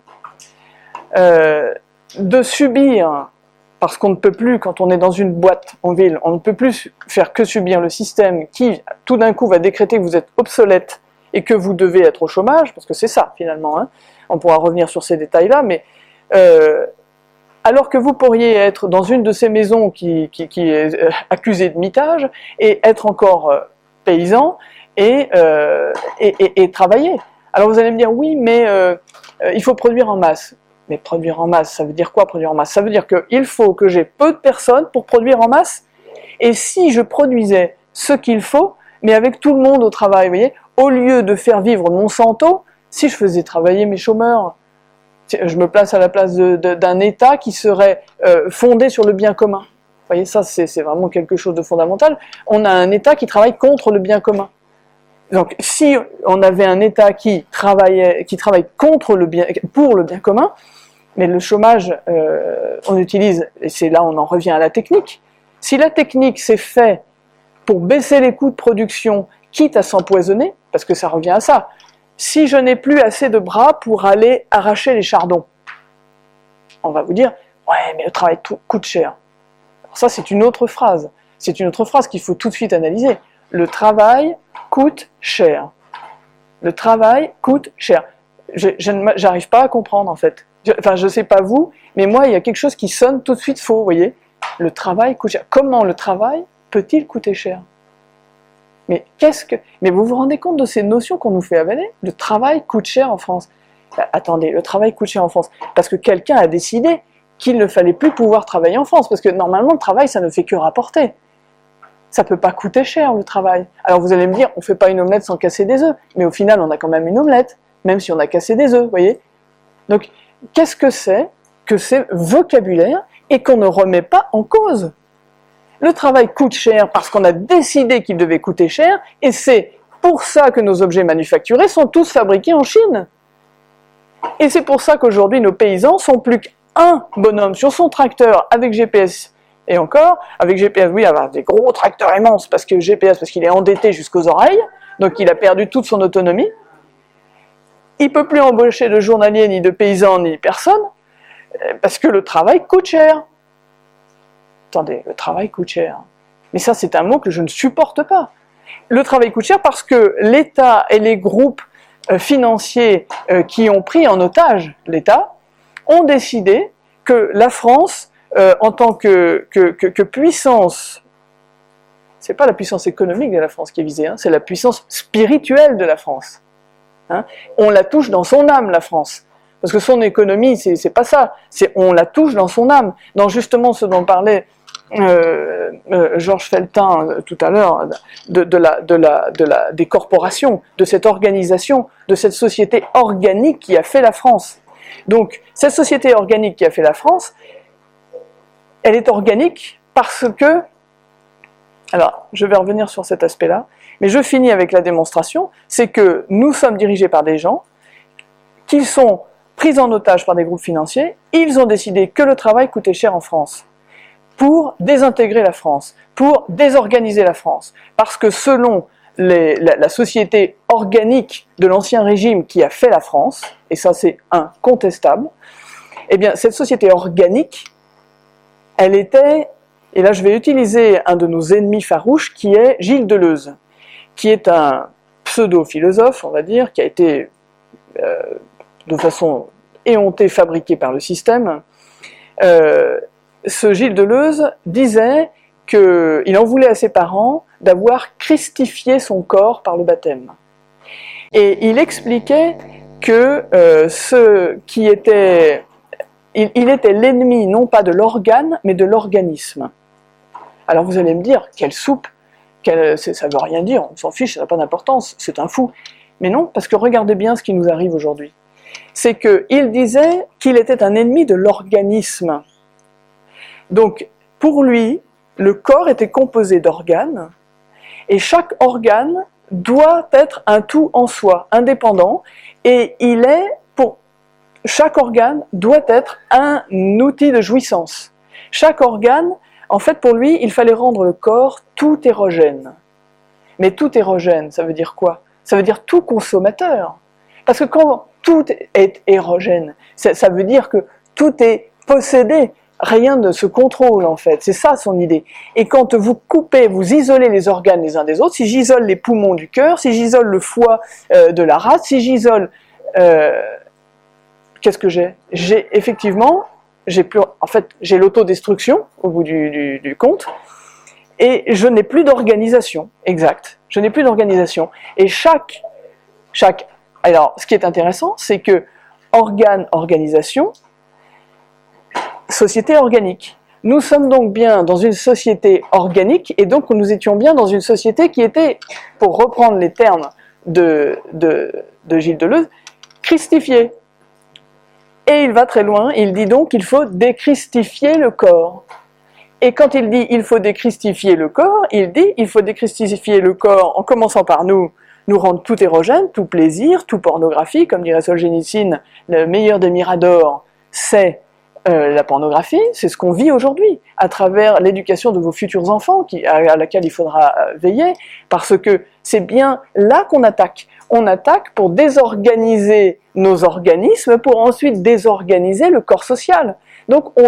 euh, de subir, parce qu'on ne peut plus, quand on est dans une boîte en ville, on ne peut plus faire que subir le système qui, tout d'un coup, va décréter que vous êtes obsolète et que vous devez être au chômage, parce que c'est ça, finalement, hein. On pourra revenir sur ces détails-là, mais euh, alors que vous pourriez être dans une de ces maisons qui, qui, qui est accusée de mitage, et être encore euh, paysan, et, euh, et, et, et travailler. Alors vous allez me dire, oui, mais euh, euh, il faut produire en masse. Mais produire en masse, ça veut dire quoi produire en masse? Ça veut dire qu'il faut que j'ai peu de personnes pour produire en masse, et si je produisais ce qu'il faut, mais avec tout le monde au travail, vous voyez, au lieu de faire vivre Monsanto, si je faisais travailler mes chômeurs, je me place à la place de, de, d'un État qui serait euh, fondé sur le bien commun. Vous voyez, ça c'est, c'est vraiment quelque chose de fondamental. On a un État qui travaille contre le bien commun. Donc, si on avait un État qui travaillait, qui travaille contre le bien, pour le bien commun, mais le chômage, euh, on utilise, et c'est là on en revient à la technique. Si la technique c'est fait pour baisser les coûts de production, quitte à s'empoisonner, parce que ça revient à ça. Si je n'ai plus assez de bras pour aller arracher les chardons, on va vous dire, ouais, mais le travail coûte cher. Alors ça, c'est une autre phrase. C'est une autre phrase qu'il faut tout de suite analyser. Le travail coûte cher. Le travail coûte cher. Je, je j'arrive pas à comprendre, en fait. Je, enfin, je sais pas vous, mais moi, il y a quelque chose qui sonne tout de suite faux, vous voyez. Le travail coûte cher. Comment le travail peut-il coûter cher? Mais qu'est-ce que... Mais vous vous rendez compte de ces notions qu'on nous fait avaler? Le travail coûte cher en France. Bah, attendez, le travail coûte cher en France. Parce que quelqu'un a décidé qu'il ne fallait plus pouvoir travailler en France. Parce que normalement, le travail, ça ne fait que rapporter. Ça ne peut pas coûter cher, le travail. Alors vous allez me dire, on ne fait pas une omelette sans casser des œufs. Mais au final, on a quand même une omelette, même si on a cassé des œufs, vous voyez. Donc, qu'est-ce que c'est que ces vocabulaires et qu'on ne remet pas en cause? Le travail coûte cher parce qu'on a décidé qu'il devait coûter cher, et c'est pour ça que nos objets manufacturés sont tous fabriqués en Chine. Et c'est pour ça qu'aujourd'hui nos paysans sont plus qu'un bonhomme sur son tracteur avec G P S. Et encore, avec G P S, oui, avoir des gros tracteurs immenses, parce que G P S, parce qu'il est endetté jusqu'aux oreilles, donc il a perdu toute son autonomie. Il ne peut plus embaucher de journaliers, ni de paysans, ni personne, parce que le travail coûte cher. Attendez, le travail coûte cher. Mais ça, c'est un mot que je ne supporte pas. Le travail coûte cher parce que l'État et les groupes euh, financiers euh, qui ont pris en otage l'État ont décidé que la France, euh, en tant que, que, que, que puissance, c'est pas la puissance économique de la France qui est visée, hein, c'est la puissance spirituelle de la France. Hein. On la touche dans son âme, la France. Parce que son économie, c'est, c'est pas ça. C'est on la touche dans son âme. Dans justement ce dont parlait euh, euh, Georges Feltin euh, tout à l'heure, de, de la, de la, de la, des corporations, de cette organisation, de cette société organique qui a fait la France. Donc, cette société organique qui a fait la France, elle est organique parce que... Alors, je vais revenir sur cet aspect-là, mais je finis avec la démonstration, c'est que nous sommes dirigés par des gens qui sont pris en otage par des groupes financiers, ils ont décidé que le travail coûtait cher en France, pour désintégrer la France, pour désorganiser la France, parce que selon les, la, la société organique de l'ancien régime qui a fait la France, et ça c'est incontestable, eh bien cette société organique, elle était, et là je vais utiliser un de nos ennemis farouches qui est Gilles Deleuze, qui est un pseudo-philosophe, on va dire, qui a été euh, de façon éhontée fabriqué par le système. Euh, ce Gilles Deleuze disait qu'il en voulait à ses parents d'avoir christifié son corps par le baptême. Et il expliquait que euh, ce qui était... Il, il était l'ennemi non pas de l'organe, mais de l'organisme. Alors vous allez me dire, quelle soupe, quelle, ça ne veut rien dire, on s'en fiche, ça n'a pas d'importance, c'est un fou. Mais non, parce que regardez bien ce qui nous arrive aujourd'hui. C'est qu'il disait qu'il était un ennemi de l'organisme. Donc, pour lui, le corps était composé d'organes, et chaque organe doit être un tout en soi, indépendant, et il est, pour chaque organe, doit être un outil de jouissance. Chaque organe, en fait, pour lui, il fallait rendre le corps tout érogène. Mais tout érogène, ça veut dire quoi? Ça veut dire tout consommateur. Parce que quand tout est érogène, ça, ça veut dire que tout est possédé. Rien ne se contrôle en fait, c'est ça son idée. Et quand vous coupez, vous isolez les organes les uns des autres, si j'isole les poumons du cœur, si j'isole le foie euh, de la race, si j'isole... Euh, qu'est-ce que j'ai? J'ai effectivement, j'ai plus, en fait, j'ai l'autodestruction au bout du, du, du compte, et je n'ai plus d'organisation, exact, je n'ai plus d'organisation. Et chaque, chaque... Alors, ce qui est intéressant, c'est que organe, organisation, société organique. Nous sommes donc bien dans une société organique, et donc nous étions bien dans une société qui était, pour reprendre les termes de, de, de Gilles Deleuze, christifiée. Et il va très loin, il dit donc qu'il faut déchristifier le corps. Et quand il dit il faut déchristifier le corps, il dit il faut déchristifier le corps en commençant par nous, nous rendre tout érogène, tout plaisir, tout pornographie, comme dirait Solzhenitsyn, le meilleur des miradors, c'est Euh, la pornographie, c'est ce qu'on vit aujourd'hui, à travers l'éducation de vos futurs enfants, qui, à, à laquelle il faudra euh, veiller, parce que c'est bien là qu'on attaque. On attaque pour désorganiser nos organismes, pour ensuite désorganiser le corps social. Donc on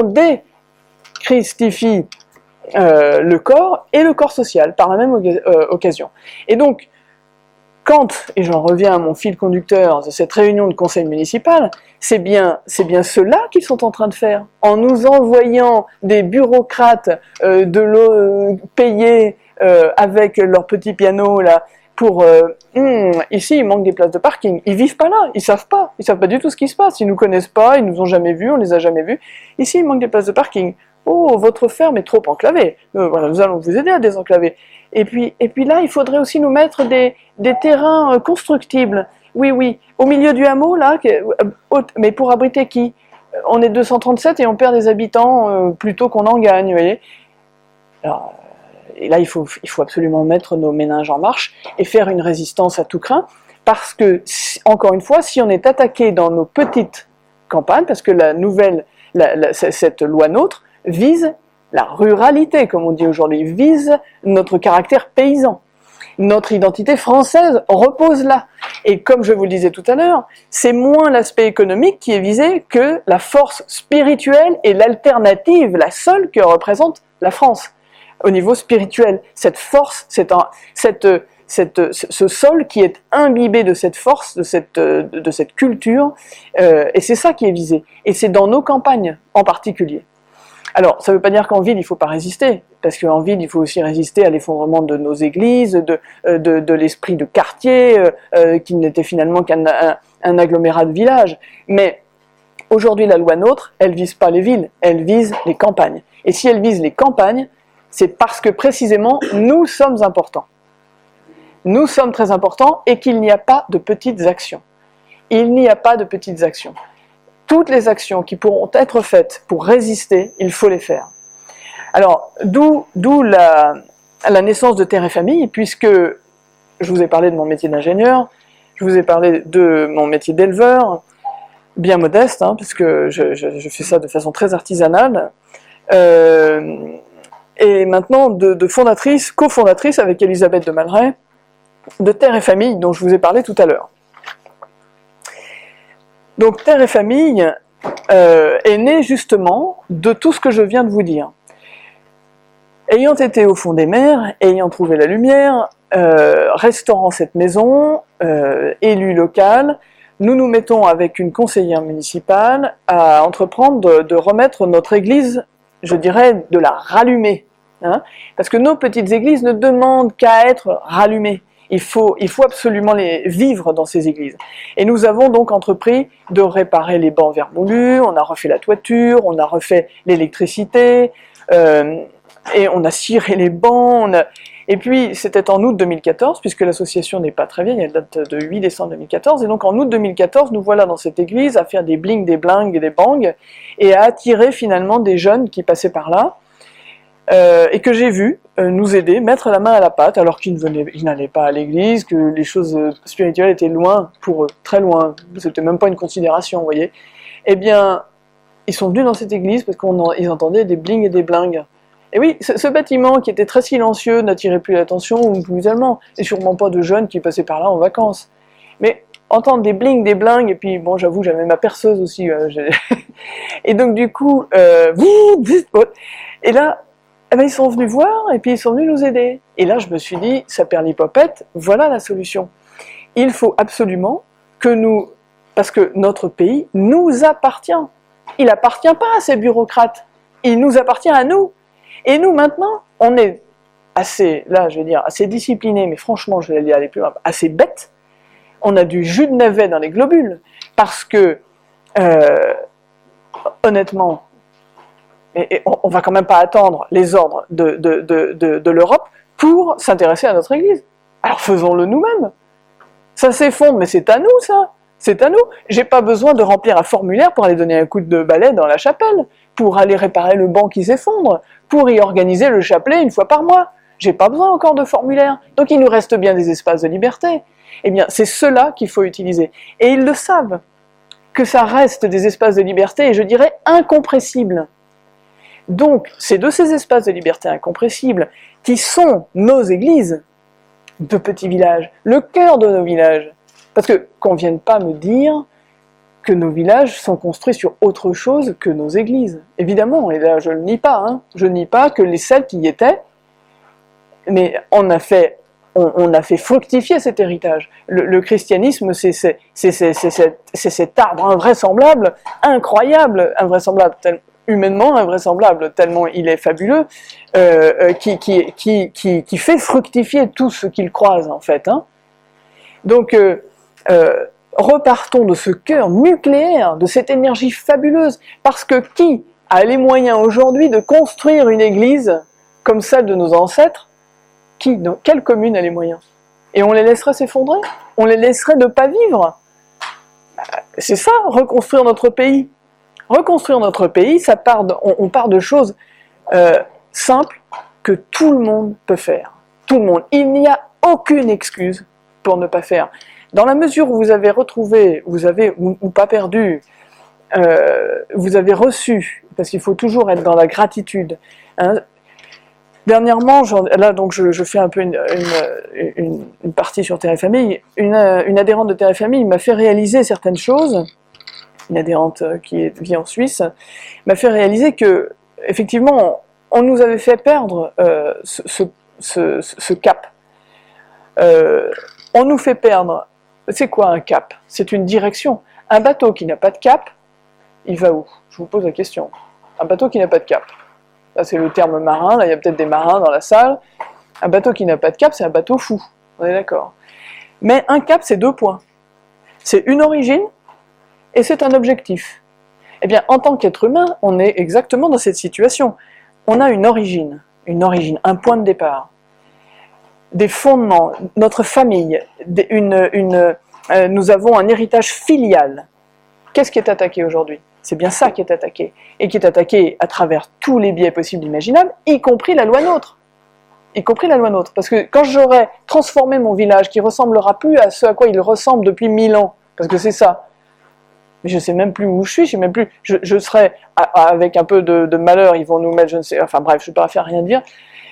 déchristifie euh, le corps et le corps social, par la même euh, occasion. Et donc, quand, et j'en reviens à mon fil conducteur de cette réunion de conseil municipal, c'est bien, c'est bien cela qu'ils sont en train de faire, en nous envoyant des bureaucrates euh, de l'eau euh, payés euh, avec leur petit piano là, pour euh, hum, ici il manque des places de parking. Ils vivent pas là, ils savent pas, ils savent pas du tout ce qui se passe, ils nous connaissent pas, ils nous ont jamais vus, on les a jamais vus. Ici il manque des places de parking. Oh, votre ferme est trop enclavée. Euh, voilà, nous allons vous aider à désenclaver. Et puis, et puis là, il faudrait aussi nous mettre des, des terrains euh, constructibles. Oui, oui, au milieu du hameau, là, que, euh, mais pour abriter qui? On est deux cent trente-sept et on perd des habitants euh, plutôt qu'on en gagne, vous voyez. Alors, et là, il faut, il faut absolument mettre nos méninges en marche et faire une résistance à tout craint, parce que, encore une fois, si on est attaqué dans nos petites campagnes, parce que la nouvelle, la, la, cette loi NOTRe vise la ruralité, comme on dit aujourd'hui, vise notre caractère paysan. Notre identité française repose là. Et comme je vous le disais tout à l'heure, c'est moins l'aspect économique qui est visé que la force spirituelle et l'alternative, la seule que représente la France. Au niveau spirituel, cette force, cette, cette, cette, ce sol qui est imbibé de cette force, de cette, de cette culture, euh, et c'est ça qui est visé. Et c'est dans nos campagnes en particulier. Alors, ça ne veut pas dire qu'en ville, il ne faut pas résister, parce qu'en ville, il faut aussi résister à l'effondrement de nos églises, de, de, de l'esprit de quartier, euh, qui n'était finalement qu'un un, un agglomérat de villages. Mais aujourd'hui, la loi NOTRe, elle ne vise pas les villes, elle vise les campagnes. Et si elle vise les campagnes, c'est parce que précisément, nous sommes importants. Nous sommes très importants et qu'il n'y a pas de petites actions. Il n'y a pas de petites actions. Toutes les actions qui pourront être faites pour résister, il faut les faire. Alors, d'où, d'où la, la naissance de Terre et Famille, puisque je vous ai parlé de mon métier d'ingénieur, je vous ai parlé de mon métier d'éleveur, bien modeste, hein, puisque je, je, je fais ça de façon très artisanale, euh, et maintenant de, de fondatrice, cofondatrice avec Elisabeth de Malray, de Terre et Famille, dont je vous ai parlé tout à l'heure. Donc Terre et Famille euh, est née justement de tout ce que je viens de vous dire. Ayant été au fond des mers, ayant trouvé la lumière, euh, restaurant cette maison, euh, élu local, nous nous mettons avec une conseillère municipale à entreprendre de, de remettre notre église, je dirais, de la rallumer. Hein, parce que nos petites églises ne demandent qu'à être rallumées. Il faut, il faut absolument les vivre dans ces églises. Et nous avons donc entrepris de réparer les bancs vermoulus, on a refait la toiture, on a refait l'électricité, euh, et on a ciré les bancs, on a... Et puis, c'était en août deux mille quatorze, puisque l'association n'est pas très vieille, elle date de huit décembre deux mille quatorze, et donc en août deux mille quatorze, nous voilà dans cette église à faire des bling, des blingues et des bangs, et à attirer finalement des jeunes qui passaient par là, euh, et que j'ai vu euh, nous aider, mettre la main à la pâte, alors qu'ils ne venaient, ils n'allaient pas à l'église, que les choses spirituelles étaient loin pour eux, très loin, c'était même pas une considération, vous voyez. Eh bien, ils sont venus dans cette église parce qu'ils entendaient des blings et des blingues. Et oui, ce, ce bâtiment qui était très silencieux n'attirait plus l'attention, ou plus tellement, et sûrement pas de jeunes qui passaient par là en vacances. Mais entendre des blings, des blingues, et puis bon, j'avoue, j'avais ma perceuse aussi. Euh, et donc du coup, euh, et là, eh ben, ils sont venus voir, et puis ils sont venus nous aider. Et là, je me suis dit, ça perlipopette, voilà la solution. Il faut absolument que nous, parce que notre pays nous appartient. Il n'appartient pas à ces bureaucrates, il nous appartient à nous. Et nous, maintenant, on est assez, là, je vais dire, assez disciplinés, mais franchement, je vais aller plus loin, assez bêtes. On a du jus de navet dans les globules, parce que, euh, honnêtement, et, et on, on va quand même pas attendre les ordres de, de, de, de, de l'Europe pour s'intéresser à notre Église. Alors faisons-le nous-mêmes. Ça s'effondre, mais c'est à nous, ça. C'est à nous. J'ai pas besoin de remplir un formulaire pour aller donner un coup de balai dans la chapelle, pour aller réparer le banc qui s'effondre, pour y organiser le chapelet une fois par mois. J'ai pas besoin encore de formulaire. Donc il nous reste bien des espaces de liberté. Eh bien, c'est cela qu'il faut utiliser. Et ils le savent, que ça reste des espaces de liberté, et je dirais incompressibles. Donc, c'est de ces espaces de liberté incompressibles qui sont nos églises de petits villages, le cœur de nos villages. Parce que, qu'on ne vienne pas me dire que nos villages sont construits sur autre chose que nos églises. Évidemment, et là je ne le nie pas, hein, je ne nie pas que les celles qui y étaient, mais on a fait, on, on a fait fructifier cet héritage. Le, le christianisme, c'est, c'est, c'est, c'est, c'est, c'est, c'est cet arbre invraisemblable, incroyable, invraisemblable, tel, humainement invraisemblable, tellement il est fabuleux, euh, euh, qui, qui, qui, qui, qui fait fructifier tout ce qu'il croise, en fait. Hein. Donc, euh, euh, repartons de ce cœur nucléaire, de cette énergie fabuleuse, parce que qui a les moyens aujourd'hui de construire une église comme celle de nos ancêtres? Qui, dans quelle commune a les moyens? Et on les laisserait s'effondrer? On les laisserait ne pas vivre? C'est ça, reconstruire notre pays. Reconstruire notre pays, ça part de, on, on part de choses euh, simples que tout le monde peut faire. Tout le monde. Il n'y a aucune excuse pour ne pas faire. Dans la mesure où vous avez retrouvé, vous avez, ou, ou pas perdu, euh, vous avez reçu, parce qu'il faut toujours être dans la gratitude. Hein. Dernièrement, là donc je, je fais un peu une, une, une, une partie sur Terre et Famille, une, une adhérente de Terre et Famille m'a fait réaliser certaines choses, une adhérente qui vit en Suisse, m'a fait réaliser que, effectivement, on nous avait fait perdre euh, ce, ce, ce, ce cap. Euh, on nous fait perdre. C'est quoi un cap? C'est une direction. Un bateau qui n'a pas de cap, il va où? Je vous pose la question. Un bateau qui n'a pas de cap. Là, c'est le terme marin. Là, il y a peut-être des marins dans la salle. Un bateau qui n'a pas de cap, c'est un bateau fou. On est d'accord. Mais un cap, c'est deux points. C'est une origine et c'est un objectif. Eh bien, en tant qu'être humain, on est exactement dans cette situation. On a une origine, une origine, un point de départ. Des fondements, notre famille, une, une, euh, nous avons un héritage filial. Qu'est-ce qui est attaqué aujourd'hui? C'est bien ça qui est attaqué, et qui est attaqué à travers tous les biais possibles imaginables, y compris la loi NOTRe. Y compris la loi NOTRe. Parce que quand j'aurai transformé mon village, qui ressemblera plus à ce à quoi il ressemble depuis mille ans, parce que c'est ça, mais je ne sais même plus où je suis, je sais même plus, je, je serai, avec un peu de, de malheur, ils vont nous mettre, je ne sais, enfin bref, je ne vais pas faire rien dire,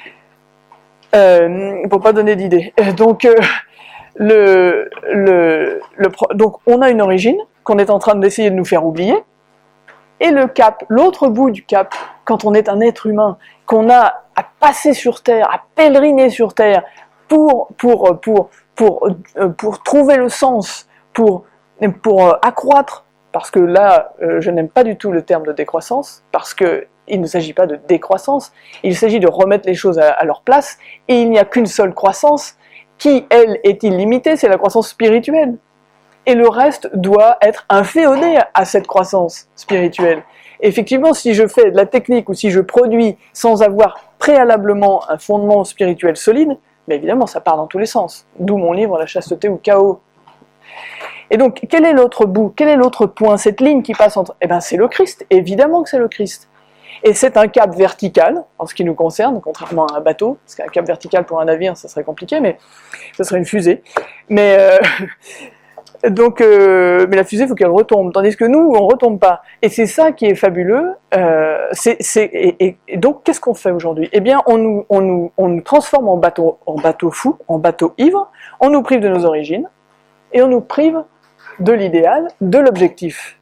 Euh, pour pas donner d'idée. Donc, euh, le, le, le, donc, on a une origine qu'on est en train d'essayer de nous faire oublier, et le cap, l'autre bout du cap, quand on est un être humain, qu'on a à passer sur Terre, à pèleriner sur Terre, pour, pour, pour, pour, pour trouver le sens, pour, pour accroître, parce que là, je n'aime pas du tout le terme de décroissance, parce que il ne s'agit pas de décroissance, il s'agit de remettre les choses à, à leur place, et il n'y a qu'une seule croissance, qui, elle, est illimitée, c'est la croissance spirituelle. Et le reste doit être inféodé à cette croissance spirituelle. Et effectivement, si je fais de la technique, ou si je produis sans avoir préalablement un fondement spirituel solide, mais évidemment ça part dans tous les sens. D'où mon livre La chasteté ou chaos. Et donc, quel est l'autre bout? Quel est l'autre point? Cette ligne qui passe entre... Eh bien, c'est le Christ. Évidemment que c'est le Christ. Et c'est un cap vertical, en ce qui nous concerne, contrairement à un bateau, parce qu'un cap vertical pour un navire, ça serait compliqué, mais ça serait une fusée. Mais, euh, donc, euh, mais la fusée, il faut qu'elle retombe, tandis que nous, on ne retombe pas. Et c'est ça qui est fabuleux. Euh, c'est, c'est, et, et donc, qu'est-ce qu'on fait aujourd'hui? Eh bien, on nous, on, nous, on nous transforme en bateau, en bateau fou, en bateau ivre, on nous prive de nos origines, et on nous prive de l'idéal, de l'objectif.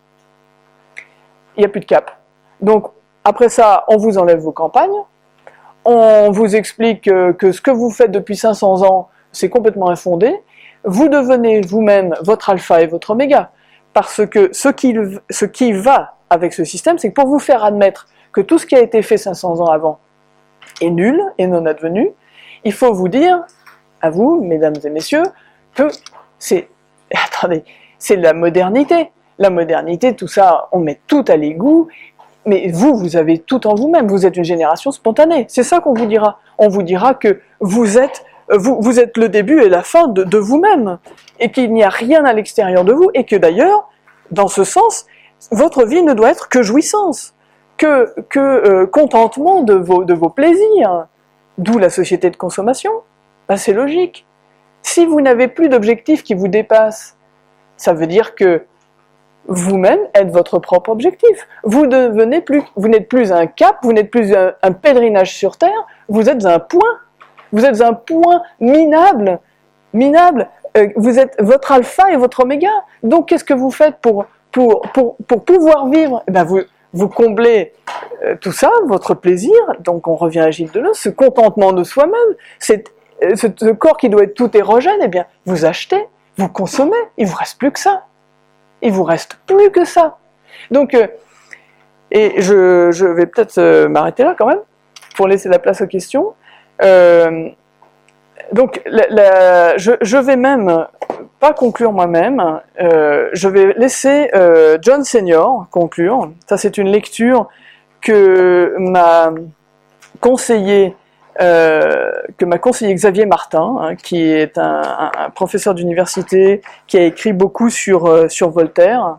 Il n'y a plus de cap. Donc, après ça, on vous enlève vos campagnes, on vous explique que, que ce que vous faites depuis cinq cents ans, c'est complètement infondé, vous devenez vous-même votre alpha et votre oméga, parce que ce qui, ce qui va avec ce système, c'est que pour vous faire admettre que tout ce qui a été fait cinq cents ans avant est nul et non advenu, il faut vous dire, à vous, mesdames et messieurs, que c'est... Attendez, c'est la modernité. La modernité, tout ça, on met tout à l'égout, mais vous, vous avez tout en vous-même, vous êtes une génération spontanée. C'est ça qu'on vous dira. On vous dira que vous êtes, vous, vous êtes le début et la fin de, de vous-même, et qu'il n'y a rien à l'extérieur de vous, et que d'ailleurs, dans ce sens, votre vie ne doit être que jouissance, que, que euh, contentement de vos, de vos plaisirs, d'où la société de consommation. Ben, c'est logique. Si vous n'avez plus d'objectif qui vous dépasse, ça veut dire que vous-même êtes votre propre objectif. Vous devenez plus, vous n'êtes plus un cap, vous n'êtes plus un, un pèlerinage sur terre, vous êtes un point. Vous êtes un point minable, minable. Euh, vous êtes votre alpha et votre oméga. Donc, qu'est-ce que vous faites pour pour pour pour pouvoir vivre? Eh ben, vous vous comblez euh, tout ça, votre plaisir. Donc, on revient à Gilles Deleuze, ce contentement de soi-même, cette Ce, ce corps qui doit être tout érogène, eh bien, vous achetez, vous consommez, il vous reste plus que ça. Il vous reste plus que ça. Donc, euh, et je, je vais peut-être euh, m'arrêter là quand même, pour laisser la place aux questions. Euh, donc, la, la, je, je vais même pas conclure moi-même, euh, je vais laisser euh, John Senior conclure. Ça, c'est une lecture que m'a conseillé Euh, que m'a conseillé Xavier Martin, hein, qui est un, un, un professeur d'université, qui a écrit beaucoup sur, euh, sur Voltaire,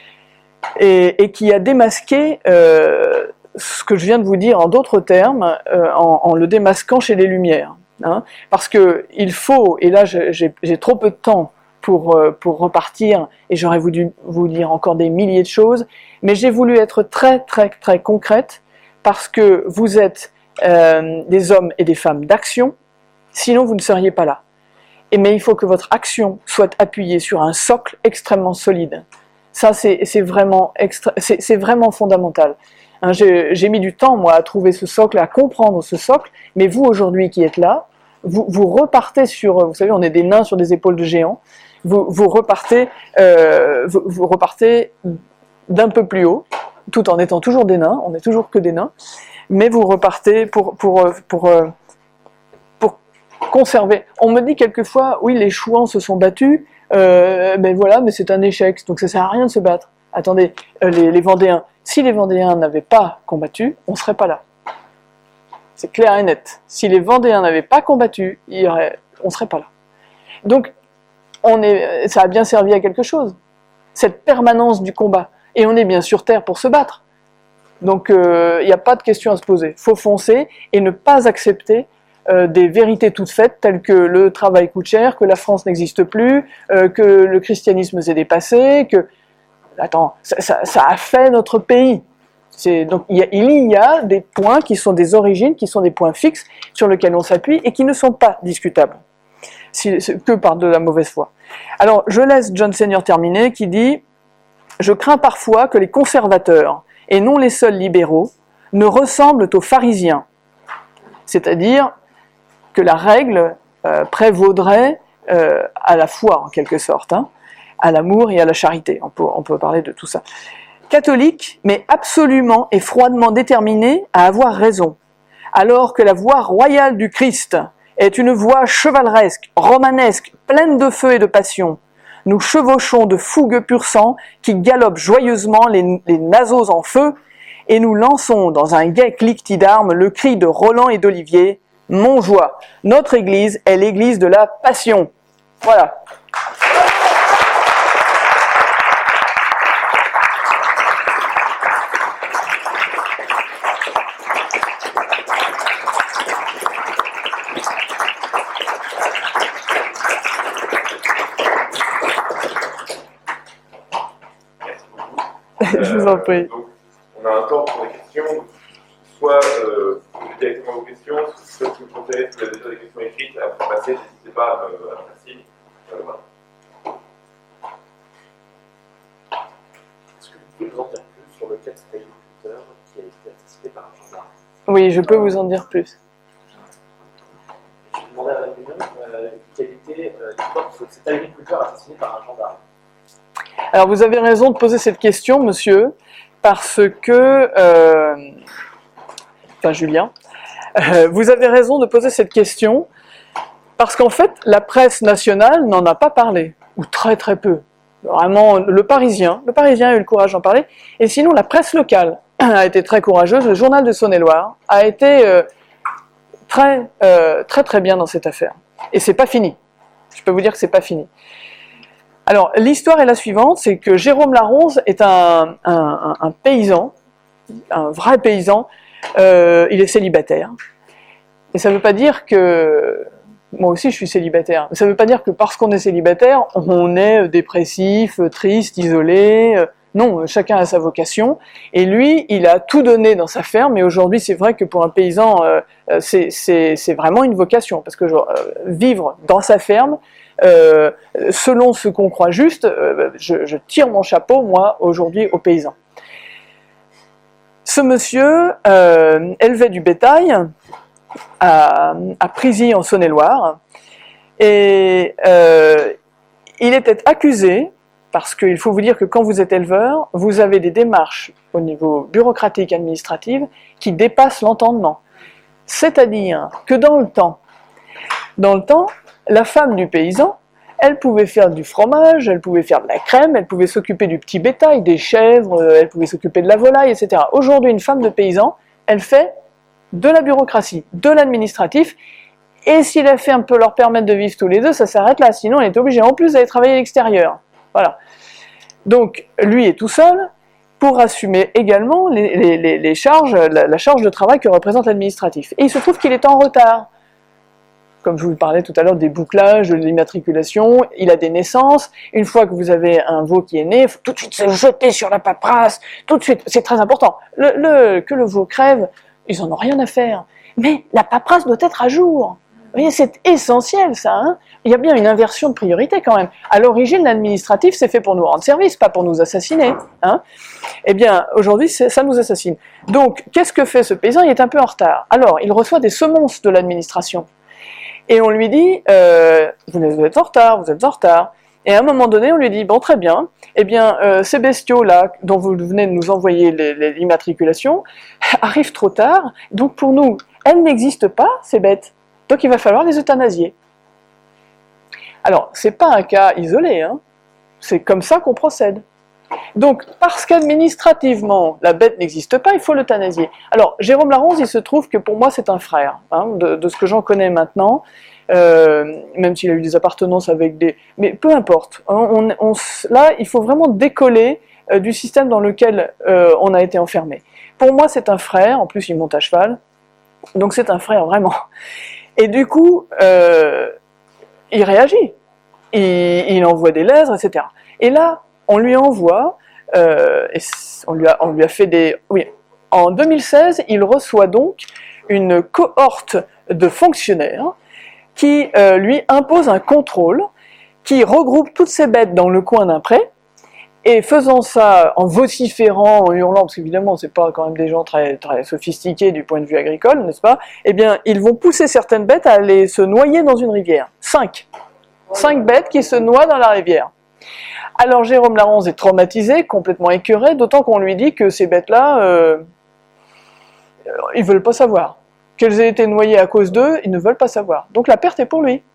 et, et qui a démasqué euh, ce que je viens de vous dire en d'autres termes, euh, en, en le démasquant chez les Lumières. Hein, parce que il faut, et là j'ai, j'ai trop peu de temps pour, euh, pour repartir, et j'aurais voulu vous dire encore des milliers de choses, mais j'ai voulu être très très très concrète, parce que vous êtes Euh, des hommes et des femmes d'action, sinon vous ne seriez pas là. Et mais il faut que votre action soit appuyée sur un socle extrêmement solide. Ça, c'est, c'est, vraiment, extra, c'est, c'est vraiment fondamental. Hein, j'ai, j'ai mis du temps, moi, à trouver ce socle, à comprendre ce socle, mais vous, aujourd'hui, qui êtes là, vous, vous repartez sur, vous savez, on est des nains sur des épaules de géants, vous, vous, repartez, euh, vous, vous repartez d'un peu plus haut, tout en étant toujours des nains, on n'est toujours que des nains, mais vous repartez pour, pour, pour, pour conserver. On me dit quelquefois, oui, les Chouans se sont battus, euh, ben voilà, mais c'est un échec, donc ça sert à rien de se battre. Attendez, euh, les, les Vendéens, si les Vendéens n'avaient pas combattu, on ne serait pas là. C'est clair et net. Si les Vendéens n'avaient pas combattu, il y aurait, on ne serait pas là. Donc, on est, ça a bien servi à quelque chose, cette permanence du combat. Et on est bien sur Terre pour se battre. Donc, il euh, n'y a pas de question à se poser. Il faut foncer et ne pas accepter euh, des vérités toutes faites, telles que le travail coûte cher, que la France n'existe plus, euh, que le christianisme s'est dépassé, que... Attends, ça, ça, ça a fait notre pays. C'est, donc, il y, a, il y a des points qui sont des origines, qui sont des points fixes sur lesquels on s'appuie et qui ne sont pas discutables, si, que par de la mauvaise foi. Alors, je laisse John Senior terminer, qui dit « Je crains parfois que les conservateurs, et non les seuls libéraux, ne ressemblent aux pharisiens. » C'est-à-dire que la règle euh, prévaudrait euh, à la foi, en quelque sorte, hein, à l'amour et à la charité. On peut, on peut parler de tout ça. Catholique, mais absolument et froidement déterminé à avoir raison, alors que la voie royale du Christ est une voie chevaleresque, romanesque, pleine de feu et de passion. Nous chevauchons de fougueux pur sang qui galopent joyeusement les, les naseaux en feu et nous lançons dans un gai cliquetis d'armes le cri de Roland et d'Olivier, « Montjoie, notre église est l'église de la passion ». Voilà. Je vous en prie. Euh, donc, on a un temps pour les questions. Soit euh, vous posez directement vos questions, soit si vous préférez, si vous avez déjà des questions écrites à vous passer, n'hésitez pas à me faire signe. Euh, voilà. Est-ce que vous pouvez nous en dire plus sur le cas de cet agriculteur qui a été assassiné par un gendarme? Oui, je peux vous en dire plus. Je vais demander à la réunion euh, quelle était euh, l'histoire de cet agriculteur assassiné par un gendarme. Alors vous avez raison de poser cette question, monsieur, parce que... Euh, enfin, Julien, euh, vous avez raison de poser cette question, parce qu'en fait, la presse nationale n'en a pas parlé, ou très très peu. Vraiment, le Parisien, le Parisien a eu le courage d'en parler, et sinon la presse locale a été très courageuse, le journal de Saône-et-Loire a été euh, très, euh, très très bien dans cette affaire. Et c'est pas fini. Je peux vous dire que c'est pas fini. Alors, l'histoire est la suivante, c'est que Jérôme Laronze est un, un, un, un paysan, un vrai paysan, euh, il est célibataire. Et ça ne veut pas dire que... Moi aussi je suis célibataire. Ça ne veut pas dire que parce qu'on est célibataire, on est dépressif, triste, isolé. Non, chacun a sa vocation. Et lui, il a tout donné dans sa ferme, et aujourd'hui c'est vrai que pour un paysan, euh, c'est, c'est, c'est vraiment une vocation, parce que genre, euh, vivre dans sa ferme, Euh, selon ce qu'on croit juste, euh, je, je tire mon chapeau, moi, aujourd'hui, aux paysans. Ce monsieur euh, élevait du bétail à, à Prisy, en Saône-et-Loire, et euh, il était accusé, parce qu'il faut vous dire que quand vous êtes éleveur, vous avez des démarches au niveau bureaucratique, administratif, qui dépassent l'entendement. C'est-à-dire que dans le temps, dans le temps, la femme du paysan, elle pouvait faire du fromage, elle pouvait faire de la crème, elle pouvait s'occuper du petit bétail, des chèvres, elle pouvait s'occuper de la volaille, et cetera. Aujourd'hui, une femme de paysan, elle fait de la bureaucratie, de l'administratif, et si la ferme peut leur permettre de vivre tous les deux, ça s'arrête là, sinon elle est obligée en plus d'aller travailler à l'extérieur. Voilà. Donc, lui est tout seul pour assumer également les, les, les, les charges, la, la charge de travail que représente l'administratif. Et il se trouve qu'il est en retard. Comme je vous parlais tout à l'heure des bouclages, de l'immatriculation, il a des naissances. Une fois que vous avez un veau qui est né, il faut tout de suite se jeter sur la paperasse, tout de suite, c'est très important. Le, le, que le veau crève, ils en ont rien à faire. Mais la paperasse doit être à jour. Vous voyez, c'est essentiel ça. Hein, il y a bien une inversion de priorité quand même. À l'origine, l'administratif, c'est fait pour nous rendre service, pas pour nous assassiner. Hein. Eh bien, aujourd'hui, ça nous assassine. Donc, qu'est-ce que fait ce paysan? Il est un peu en retard. Alors, il reçoit des semonces de l'administration. Et on lui dit, euh, vous êtes en retard, vous êtes en retard. Et à un moment donné, on lui dit, bon, très bien, eh bien, euh, ces bestiaux-là, dont vous venez de nous envoyer l'immatriculation, arrivent trop tard, donc pour nous, elles n'existent pas, ces bêtes. Donc il va falloir les euthanasier. Alors, c'est pas un cas isolé, hein. C'est comme ça qu'on procède. Donc, parce qu'administrativement, la bête n'existe pas, il faut l'euthanasier. Alors, Jérôme Laronze, il se trouve que pour moi, c'est un frère, hein, de, de ce que j'en connais maintenant, euh, même s'il a eu des appartenances avec des... Mais peu importe, on, on, là, il faut vraiment décoller euh, du système dans lequel euh, on a été enfermé. Pour moi, c'est un frère, en plus, il monte à cheval, donc c'est un frère, vraiment. Et du coup, euh, il réagit, il, il envoie des lettres, et cetera. Et là, on lui envoie, euh, et on, lui a, on lui a fait des... Oui, en deux mille seize, il reçoit donc une cohorte de fonctionnaires qui euh, lui impose un contrôle, qui regroupe toutes ces bêtes dans le coin d'un pré, et faisant ça en vociférant, en hurlant, parce qu'évidemment c'est pas quand même des gens très, très sophistiqués du point de vue agricole, n'est-ce pas? Eh bien, ils vont pousser certaines bêtes à aller se noyer dans une rivière. Cinq. Cinq bêtes qui se noient dans la rivière. Alors Jérôme Laronze est traumatisé, complètement écœuré, d'autant qu'on lui dit que ces bêtes-là, euh, ils ne veulent pas savoir. Qu'elles aient été noyées à cause d'eux, ils ne veulent pas savoir. Donc la perte est pour lui.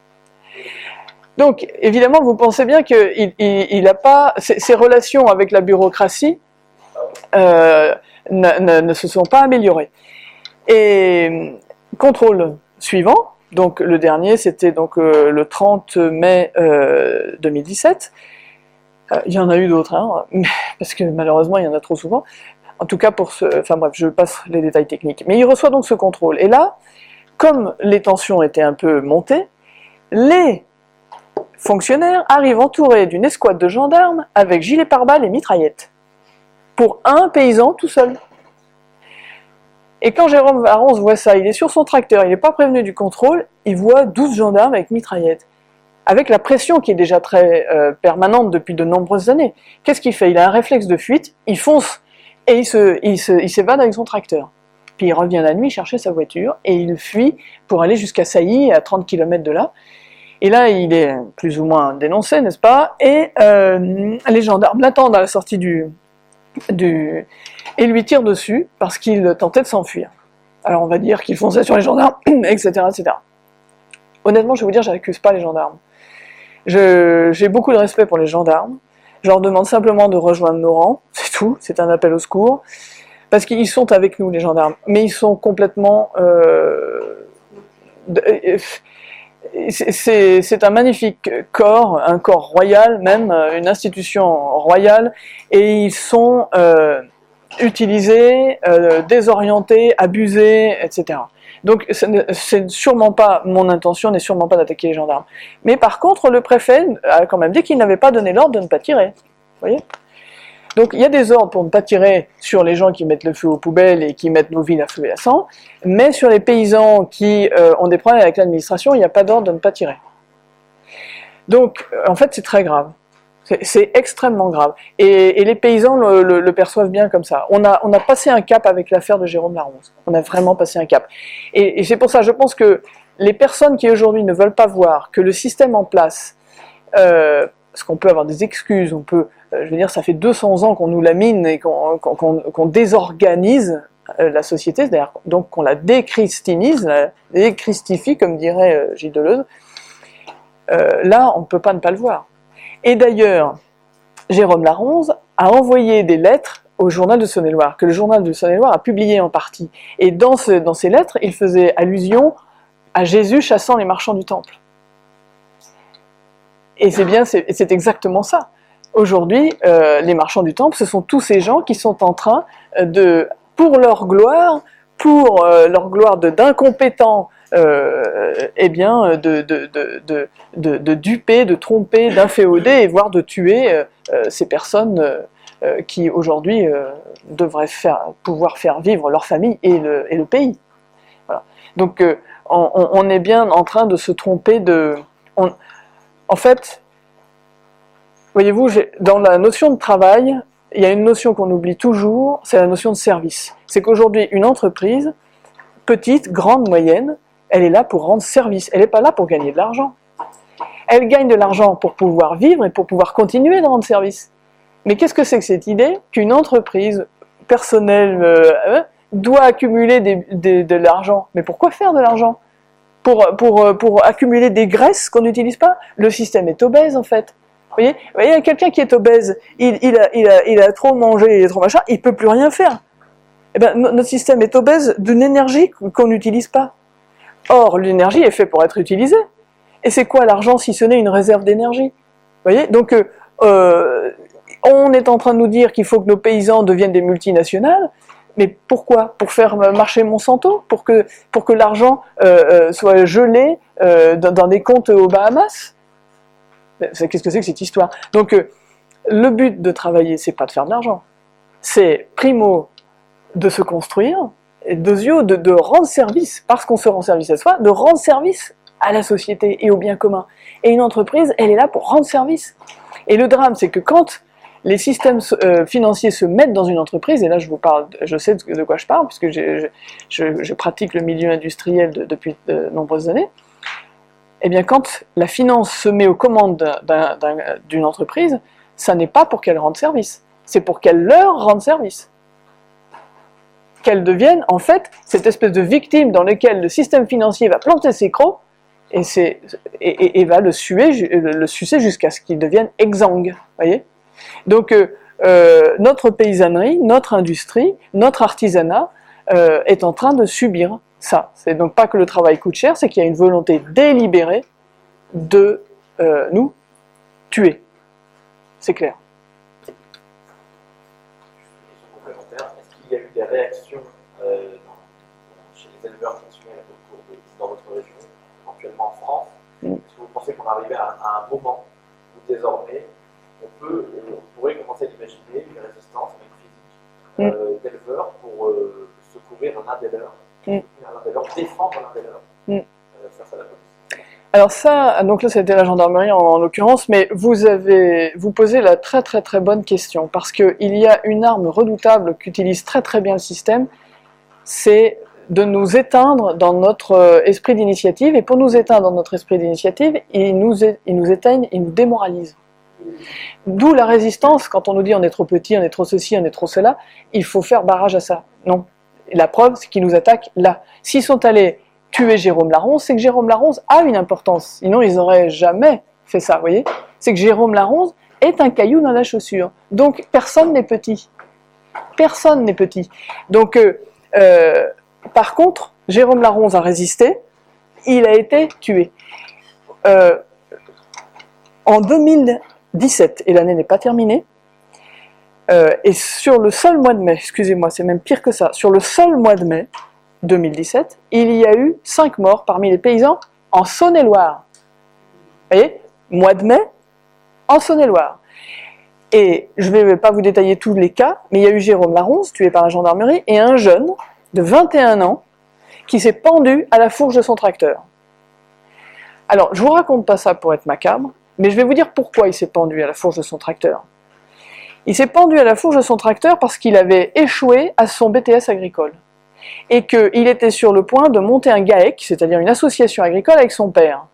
Donc évidemment, vous pensez bien qu'il il, il a pas... Ses, ses relations avec la bureaucratie, euh, ne, ne, ne se sont pas améliorés. Et contrôle suivant, donc le dernier, c'était donc euh, le trente mai euh, deux mille dix-sept. Euh, il y en a eu d'autres, hein, parce que malheureusement il y en a trop souvent. En tout cas pour ce, enfin bref, je passe les détails techniques. Mais il reçoit donc ce contrôle. Et là, comme les tensions étaient un peu montées, les fonctionnaires arrivent entourés d'une escouade de gendarmes avec gilets pare-balles et mitraillettes. Pour un paysan tout seul. Et quand Jérôme Laronze voit ça, il est sur son tracteur, il n'est pas prévenu du contrôle, il voit douze gendarmes avec mitraillettes. Avec la pression qui est déjà très euh, permanente depuis de nombreuses années. Qu'est-ce qu'il fait? Il a un réflexe de fuite, il fonce et il, se, il, se, il s'évade avec son tracteur. Puis il revient la nuit chercher sa voiture et il fuit pour aller jusqu'à Sailly, à trente kilomètres de là. Et là, il est plus ou moins dénoncé, n'est-ce pas? Et euh, les gendarmes l'attendent à la sortie du, du... et lui tirent dessus parce qu'il tentait de s'enfuir. Alors on va dire qu'il fonçait sur les gendarmes, et cetera, et cetera. Honnêtement, je vais vous dire, je n'accuse pas les gendarmes. Je, j'ai beaucoup de respect pour les gendarmes. Je leur demande simplement de rejoindre nos rangs, c'est tout, c'est un appel au secours. Parce qu'ils sont avec nous, les gendarmes, mais ils sont complètement... Euh, c'est, c'est un magnifique corps, un corps royal même, une institution royale, et ils sont euh, utilisés, euh, désorientés, abusés, et cetera. Donc c'est sûrement pas, mon intention n'est sûrement pas d'attaquer les gendarmes. Mais par contre, le préfet a quand même dit qu'il n'avait pas donné l'ordre de ne pas tirer. Vous voyez ? Donc il y a des ordres pour ne pas tirer sur les gens qui mettent le feu aux poubelles et qui mettent nos villes à feu et à sang, mais sur les paysans qui euh, ont des problèmes avec l'administration, il n'y a pas d'ordre de ne pas tirer. Donc en fait c'est très grave, c'est, c'est extrêmement grave, et, et les paysans le, le, le perçoivent bien comme ça. On a, on a passé un cap avec l'affaire de Jérôme Laronze, on a vraiment passé un cap. Et, et c'est pour ça, je pense que les personnes qui aujourd'hui ne veulent pas voir que le système en place, euh, parce qu'on peut avoir des excuses, on peut... Je veux dire, ça fait deux cents ans qu'on nous lamine et qu'on, qu'on, qu'on désorganise la société, c'est-à-dire donc qu'on la déchristinise, la déchristifie, comme dirait Gilles Deleuze. Euh, là, on ne peut pas ne pas le voir. Et d'ailleurs, Jérôme Laronze a envoyé des lettres au journal de Saône-et-Loire, que le journal de Saône-et-Loire a publié en partie. Et dans, ce, dans ces lettres, il faisait allusion à Jésus chassant les marchands du temple. Et c'est bien, c'est, c'est exactement ça. Aujourd'hui, euh, les marchands du temple, ce sont tous ces gens qui sont en train de, pour leur gloire, pour euh, leur gloire de, d'incompétents, euh, eh bien, de, de, de, de, de, de duper, de tromper, d'inféoder, et voire de tuer euh, ces personnes euh, qui aujourd'hui euh, devraient faire, pouvoir faire vivre leur famille et le, et le pays. Voilà. Donc, euh, on, on est bien en train de se tromper de... On, en fait... Voyez-vous, j'ai, dans la notion de travail, il y a une notion qu'on oublie toujours, c'est la notion de service. C'est qu'aujourd'hui, une entreprise, petite, grande, moyenne, elle est là pour rendre service, elle n'est pas là pour gagner de l'argent. Elle gagne de l'argent pour pouvoir vivre et pour pouvoir continuer de rendre service. Mais qu'est-ce que c'est que cette idée qu'une entreprise personnelle euh, doit accumuler des, des, de l'argent? Mais pourquoi faire de l'argent? pour, pour, pour accumuler des graisses qu'on n'utilise pas? Le système est obèse en fait. Vous voyez, vous voyez, quelqu'un qui est obèse, il, il, a, il, a, il a trop mangé, il est trop machin, il ne peut plus rien faire. Eh ben, notre système est obèse d'une énergie qu'on n'utilise pas. Or, l'énergie est faite pour être utilisée. Et c'est quoi l'argent si ce n'est une réserve d'énergie? Vous voyez, donc euh, on est en train de nous dire qu'il faut que nos paysans deviennent des multinationales, mais pourquoi? Pour faire marcher Monsanto? Pour que, pour que l'argent euh, soit gelé euh, dans, dans des comptes aux Bahamas? Qu'est-ce que c'est que cette histoire? Donc, euh, le but de travailler, c'est pas de faire de l'argent. C'est, primo, de se construire, et deuxièmement, de, de rendre service, parce qu'on se rend service à soi, de rendre service à la société et au bien commun. Et une entreprise, elle est là pour rendre service. Et le drame, c'est que quand les systèmes euh, financiers se mettent dans une entreprise, et là je vous parle, je sais de, de quoi je parle, puisque j'ai, je, je pratique le milieu industriel de, depuis de nombreuses années, eh bien quand la finance se met aux commandes d'un, d'un, d'une entreprise, ça n'est pas pour qu'elle rende service, c'est pour qu'elle leur rende service. Qu'elle devienne en fait cette espèce de victime dans laquelle le système financier va planter ses crocs et, c'est, et, et, et va le suer, le sucer jusqu'à ce qu'il devienne exsangue, voyez. Donc euh, euh, notre paysannerie, notre industrie, notre artisanat euh, est en train de subir ça. C'est donc pas que le travail coûte cher, c'est qu'il y a une volonté délibérée de euh, nous tuer. C'est clair. Est-ce qu'il y a eu des réactions euh, dans, chez les éleveurs traditionnels au cours de, dans votre région, éventuellement en France? Mm. Est-ce que vous pensez qu'on est arrivé à, à un moment où désormais on, peut, on pourrait commencer à imaginer une résistance avec physique euh, mm. d'éleveurs pour euh, secourir l'un des leurs, mm. l'un des leurs, défendre l'un des leurs mm. euh, face à la police? Alors ça, donc là c'était la gendarmerie en, en l'occurrence, mais vous avez, vous posez la très très très bonne question, parce qu'il y a une arme redoutable qu'utilise très très bien le système, c'est de nous éteindre dans notre esprit d'initiative, et pour nous éteindre dans notre esprit d'initiative, ils nous, ils nous éteignent, ils nous démoralisent. D'où la résistance, quand on nous dit on est trop petit, on est trop ceci, on est trop cela, il faut faire barrage à ça. Non. Et la preuve, c'est qu'ils nous attaquent là. S'ils sont allés tuer Jérôme Laronce, c'est que Jérôme Laronce a une importance. Sinon, ils n'auraient jamais fait ça, vous voyez. C'est que Jérôme Laronce est un caillou dans la chaussure. Donc, personne n'est petit. Personne n'est petit. Donc, euh, euh, par contre, Jérôme Laronce a résisté, il a été tué. Euh, en deux mille dix-sept, et l'année n'est pas terminée, euh, et sur le seul mois de mai, excusez-moi, c'est même pire que ça, sur le seul mois de mai deux mille dix-sept, il y a eu cinq morts parmi les paysans en Saône-et-Loire. Vous voyez, mois de mai, en Saône-et-Loire. Et je ne vais pas vous détailler tous les cas, mais il y a eu Jérôme Laronce, tué par la gendarmerie, et un jeune de vingt et un ans qui s'est pendu à la fourche de son tracteur. Alors, je ne vous raconte pas ça pour être macabre, mais je vais vous dire pourquoi il s'est pendu à la fourche de son tracteur. Il s'est pendu à la fourche de son tracteur parce qu'il avait échoué à son B T S agricole. Et qu'il était sur le point de monter un GAEC, c'est-à-dire une association agricole avec son père.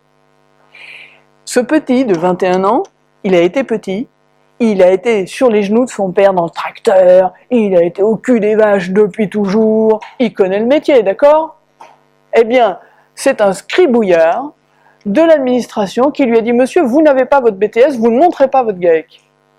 Ce petit de vingt et un ans, il a été petit, il a été sur les genoux de son père dans le tracteur, il a été au cul des vaches depuis toujours, il connaît le métier, d'accord? Eh bien, c'est un scribouillard de l'administration qui lui a dit « Monsieur, vous n'avez pas votre B T S, vous ne montrez pas votre GAEC ».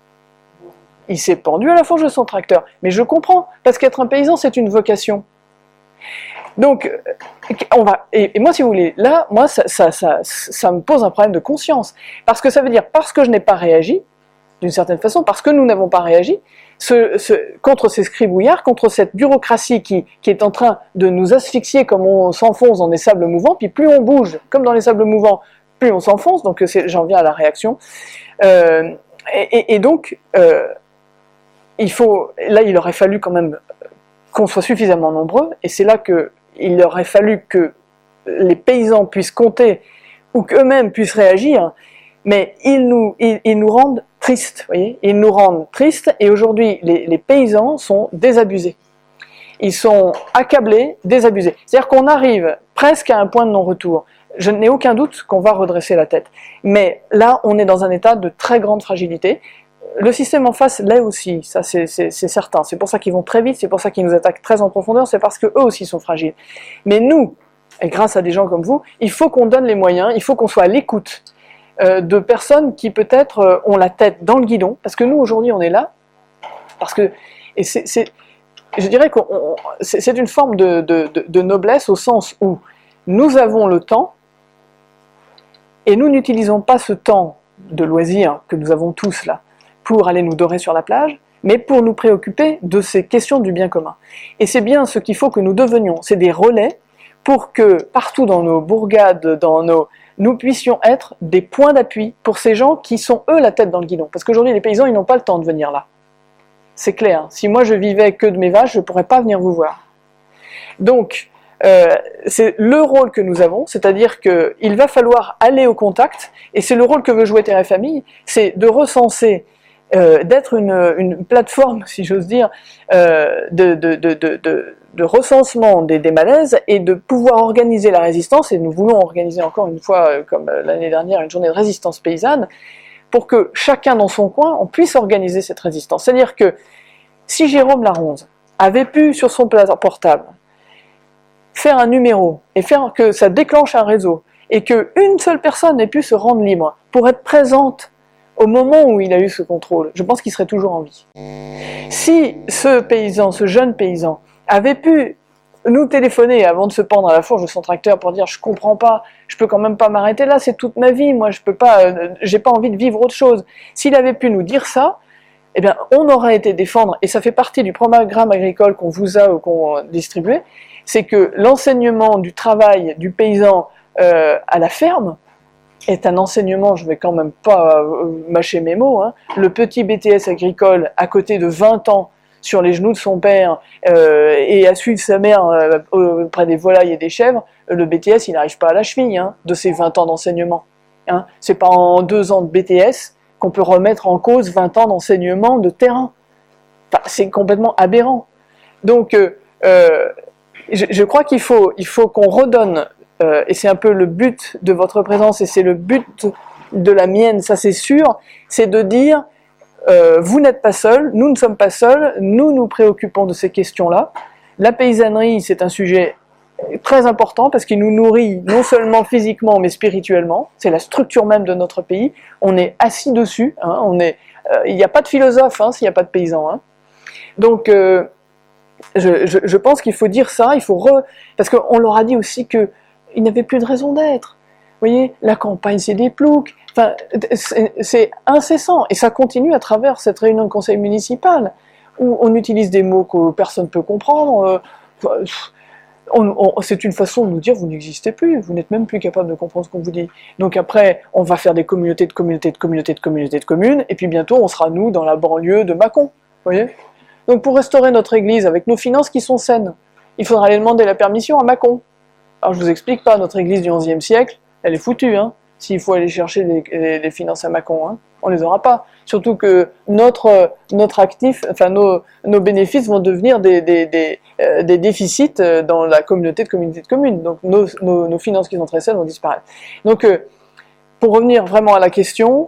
Il s'est pendu à la fourche de son tracteur. Mais je comprends, parce qu'être un paysan, c'est une vocation. Donc, on va, et, et moi si vous voulez, là, moi ça, ça, ça, ça me pose un problème de conscience, parce que ça veut dire, parce que je n'ai pas réagi, d'une certaine façon, parce que nous n'avons pas réagi, ce, ce, contre ces scribouillards, contre cette bureaucratie qui, qui est en train de nous asphyxier comme on s'enfonce dans des sables mouvants, puis plus on bouge, comme dans les sables mouvants, plus on s'enfonce, donc j'en viens à la réaction, euh, et, et, et donc, euh, il faut, là il aurait fallu quand même qu'on soit suffisamment nombreux, et c'est là qu'il aurait fallu que les paysans puissent compter, ou qu'eux-mêmes puissent réagir, mais ils nous, ils, ils nous rendent tristes, voyez, ils nous rendent tristes, et aujourd'hui les, les paysans sont désabusés. Ils sont accablés, désabusés. C'est-à-dire qu'on arrive presque à un point de non-retour. Je n'ai aucun doute qu'on va redresser la tête. Mais là, on est dans un état de très grande fragilité. Le système en face l'est aussi, ça c'est certain. C'est pour ça qu'ils vont très vite, c'est pour ça qu'ils nous attaquent très en profondeur, c'est parce qu'eux aussi sont fragiles. Mais nous, et grâce à des gens comme vous, il faut qu'on donne les moyens, il faut qu'on soit à l'écoute euh, de personnes qui peut-être euh, ont la tête dans le guidon, parce que nous aujourd'hui on est là, parce que, et c'est, je dirais que c'est une forme de, de, de, de noblesse au sens où nous avons le temps, et nous n'utilisons pas ce temps de loisir que nous avons tous là, pour aller nous dorer sur la plage, mais pour nous préoccuper de ces questions du bien commun. Et c'est bien ce qu'il faut que nous devenions, c'est des relais pour que partout dans nos bourgades, dans nos, nous puissions être des points d'appui pour ces gens qui sont eux la tête dans le guidon. Parce qu'aujourd'hui les paysans ils n'ont pas le temps de venir là. C'est clair, si moi je vivais que de mes vaches, je ne pourrais pas venir vous voir. Donc, euh, c'est le rôle que nous avons, c'est-à-dire qu'il va falloir aller au contact, et c'est le rôle que veut jouer Terre et Famille, c'est de recenser, Euh, d'être une, une plateforme, si j'ose dire, euh, de, de, de, de, de, de recensement des, des malaises et de pouvoir organiser la résistance, et nous voulons organiser encore une fois, euh, comme l'année dernière, une journée de résistance paysanne, pour que chacun dans son coin, on puisse organiser cette résistance. C'est-à-dire que si Jérôme Laronce avait pu, sur son portable, faire un numéro et faire que ça déclenche un réseau, et qu'une seule personne ait pu se rendre libre pour être présente au moment où il a eu ce contrôle, je pense qu'il serait toujours en vie. Si ce paysan, ce jeune paysan, avait pu nous téléphoner avant de se pendre à la fourche de son tracteur pour dire « je comprends pas, je peux quand même pas m'arrêter là, c'est toute ma vie, moi je peux pas, euh, j'ai pas envie de vivre autre chose ». S'il avait pu nous dire ça, eh bien on aurait été défendre, et ça fait partie du programme agricole qu'on vous a ou qu'on distribué, c'est que l'enseignement du travail du paysan euh, à la ferme est un enseignement, je vais quand même pas euh, mâcher mes mots, hein, le petit B T S agricole à côté de vingt ans sur les genoux de son père euh, et à suivre sa mère euh, auprès des volailles et des chèvres, le B T S il n'arrive pas à la cheville hein, de ses vingt ans d'enseignement. Hein. C'est pas en deux ans de B T S qu'on peut remettre en cause vingt ans d'enseignement de terrain. Enfin, c'est complètement aberrant. Donc euh, euh, je, je crois qu'il faut, il faut qu'on redonne, euh, et c'est un peu le but de votre présence et c'est le but de la mienne, ça c'est sûr, c'est de dire Euh, vous n'êtes pas seul, nous ne sommes pas seuls, nous nous préoccupons de ces questions-là. La paysannerie, c'est un sujet très important parce qu'il nous nourrit non seulement physiquement mais spirituellement. C'est la structure même de notre pays. On est assis dessus. Hein, on est, euh, il n'y a pas de philosophe hein, s'il n'y a pas de paysan. Hein. Donc, euh, je, je, je pense qu'il faut dire ça. Il faut re... parce qu'on leur a dit aussi que il n'y avait plus de raison d'être. Vous voyez, la campagne, c'est des ploucs. Enfin, c'est incessant, et ça continue à travers cette réunion de conseil municipal, où on utilise des mots que personne ne peut comprendre. C'est une façon de nous dire, vous n'existez plus, vous n'êtes même plus capable de comprendre ce qu'on vous dit. Donc après, on va faire des communautés de communautés de communautés de communautés de communes, et puis bientôt, on sera, nous, dans la banlieue de Mâcon. Vous voyez ? Donc pour restaurer notre église, avec nos finances qui sont saines, il faudra aller demander la permission à Mâcon. Alors je vous explique pas, notre église du onzième siècle, elle est foutue, hein. S'il faut aller chercher les, les, les finances à Mâcon, hein, on les aura pas. Surtout que notre, notre actif, enfin nos, nos bénéfices vont devenir des, des, des, euh, des déficits dans la communauté de communautés de communes. Donc nos, nos, nos finances qui sont très saines vont disparaître. Donc euh, pour revenir vraiment à la question,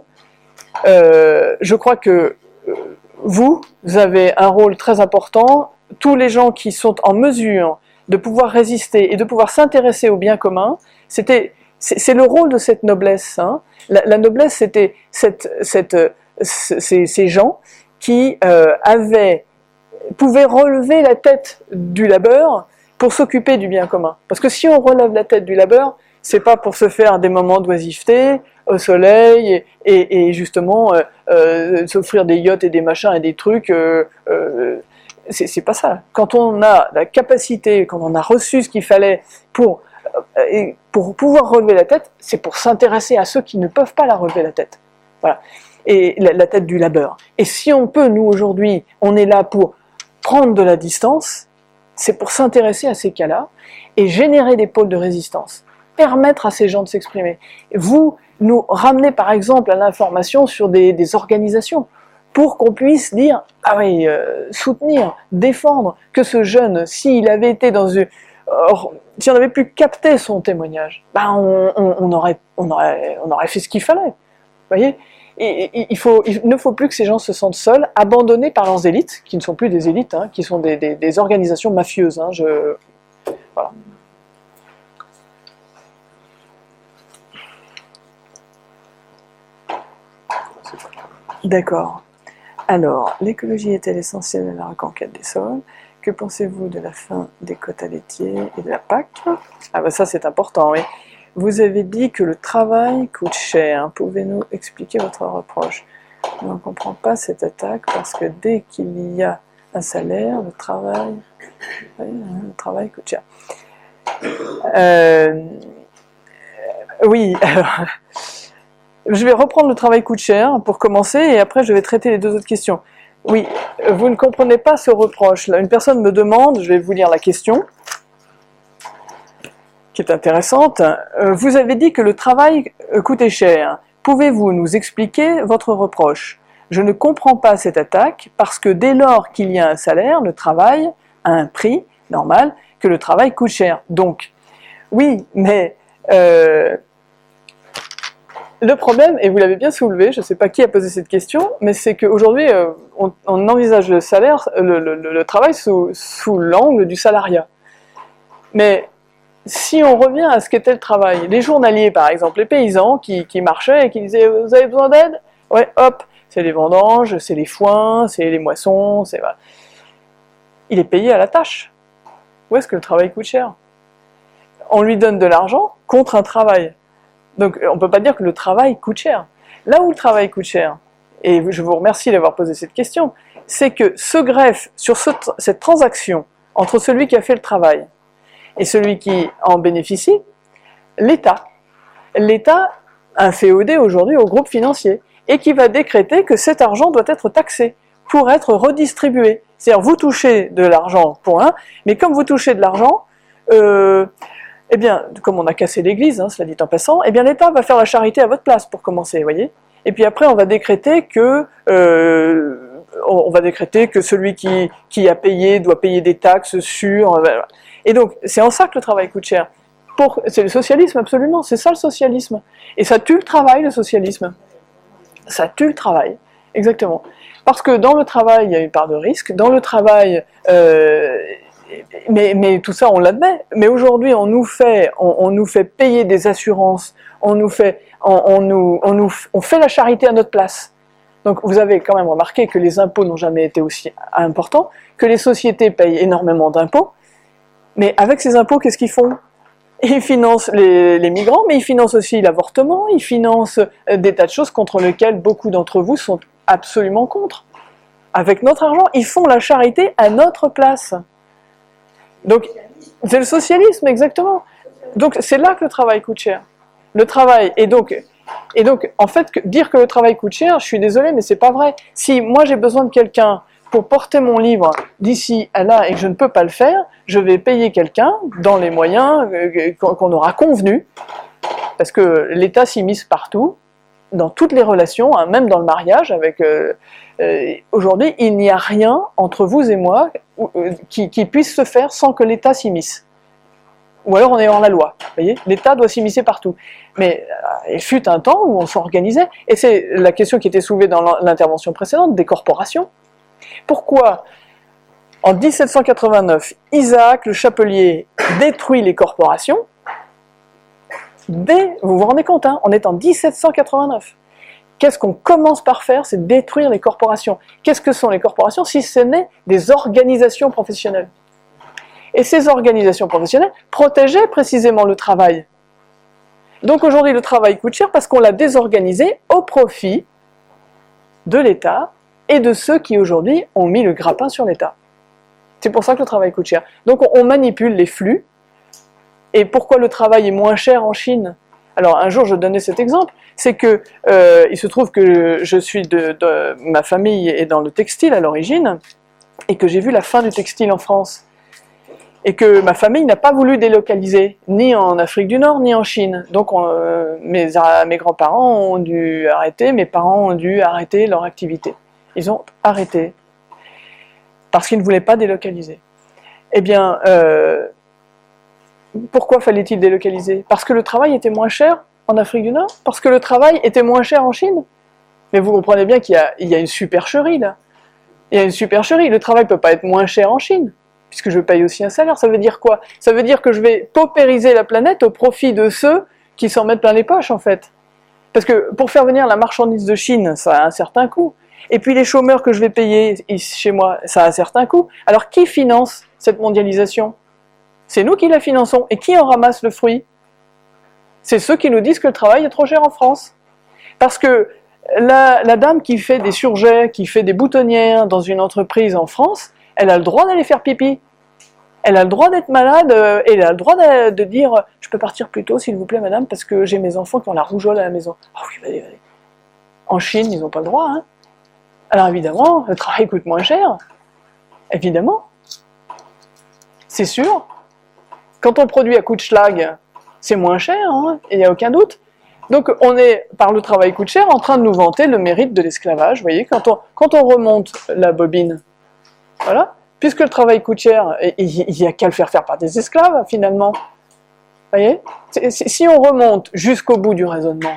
euh, je crois que euh, vous, vous avez un rôle très important. Tous les gens qui sont en mesure de pouvoir résister et de pouvoir s'intéresser au bien commun, c'était... C'est le rôle de cette noblesse. Hein. La, la noblesse, c'était cette, cette, ces, ces gens qui euh, avaient, pouvaient relever la tête du labeur pour s'occuper du bien commun. Parce que si on relève la tête du labeur, c'est pas pour se faire des moments d'oisiveté au soleil et, et, et justement euh, euh, s'offrir des yachts et des machins et des trucs. Euh, euh, c'est pas ça. Quand on a la capacité, quand on a reçu ce qu'il fallait pour Et pour pouvoir relever la tête, c'est pour s'intéresser à ceux qui ne peuvent pas la relever la tête. Voilà. Et la, la tête du labeur. Et si on peut, nous aujourd'hui, on est là pour prendre de la distance, c'est pour s'intéresser à ces cas-là et générer des pôles de résistance. Permettre à ces gens de s'exprimer. Vous nous ramenez par exemple à l'information sur des, des organisations pour qu'on puisse dire, ah oui, euh, soutenir, défendre que ce jeune, s'il avait été dans une... Or, si on avait pu capter son témoignage, ben on, on, on, aurait, on, aurait, on aurait fait ce qu'il fallait. Vous voyez ? Et, et, il, faut, il ne faut plus que ces gens se sentent seuls, abandonnés par leurs élites, qui ne sont plus des élites, hein, qui sont des, des, des organisations mafieuses. Hein, je... Voilà. D'accord. Alors, l'écologie est-elle essentielle à la reconquête des sols ? Que pensez-vous de la fin des quotas laitiers et de la P A C ? Ah ben ça c'est important, oui. Vous avez dit que le travail coûte cher. Pouvez-vous expliquer votre reproche ? Je ne comprends pas cette attaque parce que dès qu'il y a un salaire, le travail, le travail coûte cher. Euh... Oui, alors... je vais reprendre le travail coûte cher pour commencer et après je vais traiter les deux autres questions. Oui, vous ne comprenez pas ce reproche. Là, une personne me demande, je vais vous lire la question, qui est intéressante. Euh, vous avez dit que le travail coûtait cher. Pouvez-vous nous expliquer votre reproche ? Je ne comprends pas cette attaque parce que dès lors qu'il y a un salaire, le travail a un prix normal, que le travail coûte cher. Donc, oui, mais... Euh, Le problème, et vous l'avez bien soulevé, je ne sais pas qui a posé cette question, mais c'est qu'aujourd'hui, euh, on, on envisage le salaire, le, le, le travail sous, sous l'angle du salariat. Mais si on revient à ce qu'était le travail, les journaliers par exemple, les paysans qui, qui marchaient et qui disaient « vous avez besoin d'aide ? Ouais, hop, c'est les vendanges, c'est les foins, c'est les moissons, c'est... Voilà. Il est payé à la tâche. Où est-ce que le travail coûte cher? On lui donne de l'argent contre un travail. Donc on ne peut pas dire que le travail coûte cher. Là où le travail coûte cher, et je vous remercie d'avoir posé cette question, c'est que se greffe sur ce, cette transaction entre celui qui a fait le travail et celui qui en bénéficie, l'État. L'État a un féodé aujourd'hui au groupe financier et qui va décréter que cet argent doit être taxé pour être redistribué. C'est-à-dire vous touchez de l'argent pour un, mais comme vous touchez de l'argent, euh, eh bien, comme on a cassé l'église, hein, cela dit en passant, eh bien l'État va faire la charité à votre place pour commencer, vous voyez. Et puis après, on va décréter que euh, on va décréter que celui qui, qui a payé doit payer des taxes sur... Et donc, c'est en ça que le travail coûte cher. Pour, c'est le socialisme, absolument, c'est ça le socialisme. Et ça tue le travail, le socialisme. Ça tue le travail, exactement. Parce que dans le travail, il y a une part de risque, dans le travail... Euh, mais, mais tout ça, on l'admet. Mais aujourd'hui, on nous fait, on, on nous fait payer des assurances, on nous fait, on, on nous, on nous, on fait la charité à notre place. Donc vous avez quand même remarqué que les impôts n'ont jamais été aussi importants, que les sociétés payent énormément d'impôts, mais avec ces impôts, qu'est-ce qu'ils font? Ils financent les, les migrants, mais ils financent aussi l'avortement, ils financent des tas de choses contre lesquelles beaucoup d'entre vous sont absolument contre. Avec notre argent, ils font la charité à notre place. Donc, c'est le socialisme, exactement. Donc, c'est là que le travail coûte cher. Le travail, et donc, et donc en fait, que, dire que le travail coûte cher, je suis désolé, mais c'est pas vrai. Si moi j'ai besoin de quelqu'un pour porter mon livre d'ici à là et que je ne peux pas le faire, je vais payer quelqu'un dans les moyens euh, qu'on aura convenus, parce que l'État s'immisce partout, dans toutes les relations, hein, même dans le mariage, avec... Euh, euh, aujourd'hui, il n'y a rien entre vous et moi euh, qui, qui puisse se faire sans que l'État s'immisce. Ou alors on est hors la loi, vous voyez, l'État doit s'immiscer partout. Mais euh, il fut un temps où on s'organisait, et c'est la question qui était soulevée dans l'intervention précédente, des corporations. Pourquoi, en dix-sept cent quatre-vingt-neuf, Isaac le Chapelier détruit les corporations? Dès, vous vous rendez compte, hein, on est en dix-sept cent quatre-vingt-neuf. Qu'est-ce qu'on commence par faire? C'est détruire les corporations. Qu'est-ce que sont les corporations si ce n'est des organisations professionnelles? Et ces organisations professionnelles protégeaient précisément le travail. Donc aujourd'hui, le travail coûte cher parce qu'on l'a désorganisé au profit de l'État et de ceux qui aujourd'hui ont mis le grappin sur l'État. C'est pour ça que le travail coûte cher. Donc on manipule les flux. Et pourquoi le travail est moins cher en Chine? Alors un jour je donnais cet exemple, c'est que euh, il se trouve que je suis de, de ma famille est dans le textile à l'origine et que j'ai vu la fin du textile en France et que ma famille n'a pas voulu délocaliser ni en Afrique du Nord ni en Chine. Donc on, euh, mes, mes grands-parents ont dû arrêter, mes parents ont dû arrêter leur activité. Ils ont arrêté parce qu'ils ne voulaient pas délocaliser. Eh bien, euh, pourquoi fallait-il délocaliser? Parce que le travail était moins cher en Afrique du Nord? Parce que le travail était moins cher en Chine? Mais vous comprenez bien qu'il y a, il y a une supercherie là. Il y a une supercherie. Le travail ne peut pas être moins cher en Chine, puisque je paye aussi un salaire. Ça veut dire quoi? Ça veut dire que je vais paupériser la planète au profit de ceux qui s'en mettent plein les poches en fait. Parce que pour faire venir la marchandise de Chine, ça a un certain coût. Et puis les chômeurs que je vais payer chez moi, ça a un certain coût. Alors qui finance cette mondialisation? C'est nous qui la finançons. Et qui en ramasse le fruit? C'est ceux qui nous disent que le travail est trop cher en France. Parce que la, la dame qui fait des surjets, qui fait des boutonnières dans une entreprise en France, elle a le droit d'aller faire pipi. Elle a le droit d'être malade euh, et elle a le droit de, de dire « Je peux partir plus tôt, s'il vous plaît, madame, parce que j'ai mes enfants qui ont la rougeole à la maison. » Ah oui, allez, allez. En Chine, ils n'ont pas le droit. Hein. Alors évidemment, le travail coûte moins cher. Évidemment. C'est sûr. Quand on produit à coup de schlag, c'est moins cher, hein, il n'y a aucun doute. Donc on est, par le travail coûte cher, en train de nous vanter le mérite de l'esclavage. Vous voyez, quand on, quand on remonte la bobine, voilà, puisque le travail coûte cher, il n'y a qu'à le faire faire par des esclaves, finalement. Vous voyez, c'est, c'est, si on remonte jusqu'au bout du raisonnement.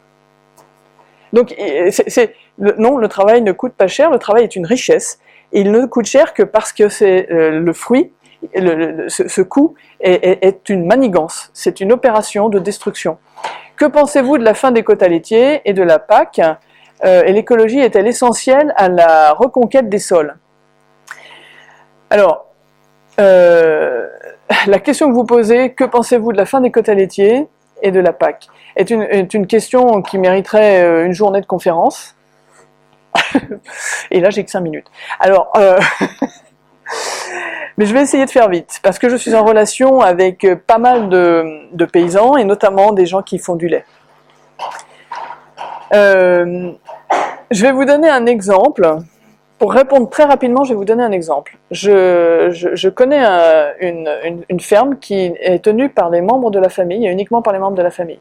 Donc, c'est, c'est, le, non, le travail ne coûte pas cher, le travail est une richesse. Il ne coûte cher que parce que c'est euh, le fruit, le, le, ce, ce coût est, est, est une manigance, c'est une opération de destruction. Que pensez-vous de la fin des quotas laitiers et de la P A C euh, et l'écologie est-elle essentielle à la reconquête des sols? Alors, euh, la question que vous posez, que pensez-vous de la fin des quotas laitiers et de la P A C, est une, est une question qui mériterait une journée de conférence. Et là, j'ai que cinq minutes. Alors, euh, mais je vais essayer de faire vite, parce que je suis en relation avec pas mal de, de paysans, et notamment des gens qui font du lait. Euh, je vais vous donner un exemple. Pour répondre très rapidement, je vais vous donner un exemple. Je, je, je connais un, une, une, une ferme qui est tenue par les membres de la famille, et uniquement par les membres de la famille.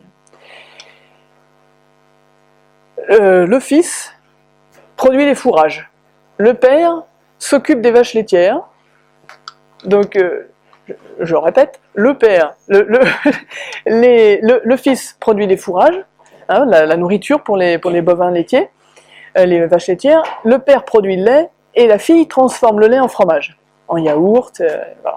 Euh, le fils produit les fourrages. Le père s'occupe des vaches laitières. Donc, euh, je, je répète, le père, le, le, les, le, le fils produit les fourrages, hein, la, la nourriture pour les, pour les bovins laitiers, euh, les vaches laitières. Le père produit le lait et la fille transforme le lait en fromage, en yaourt, euh, voilà.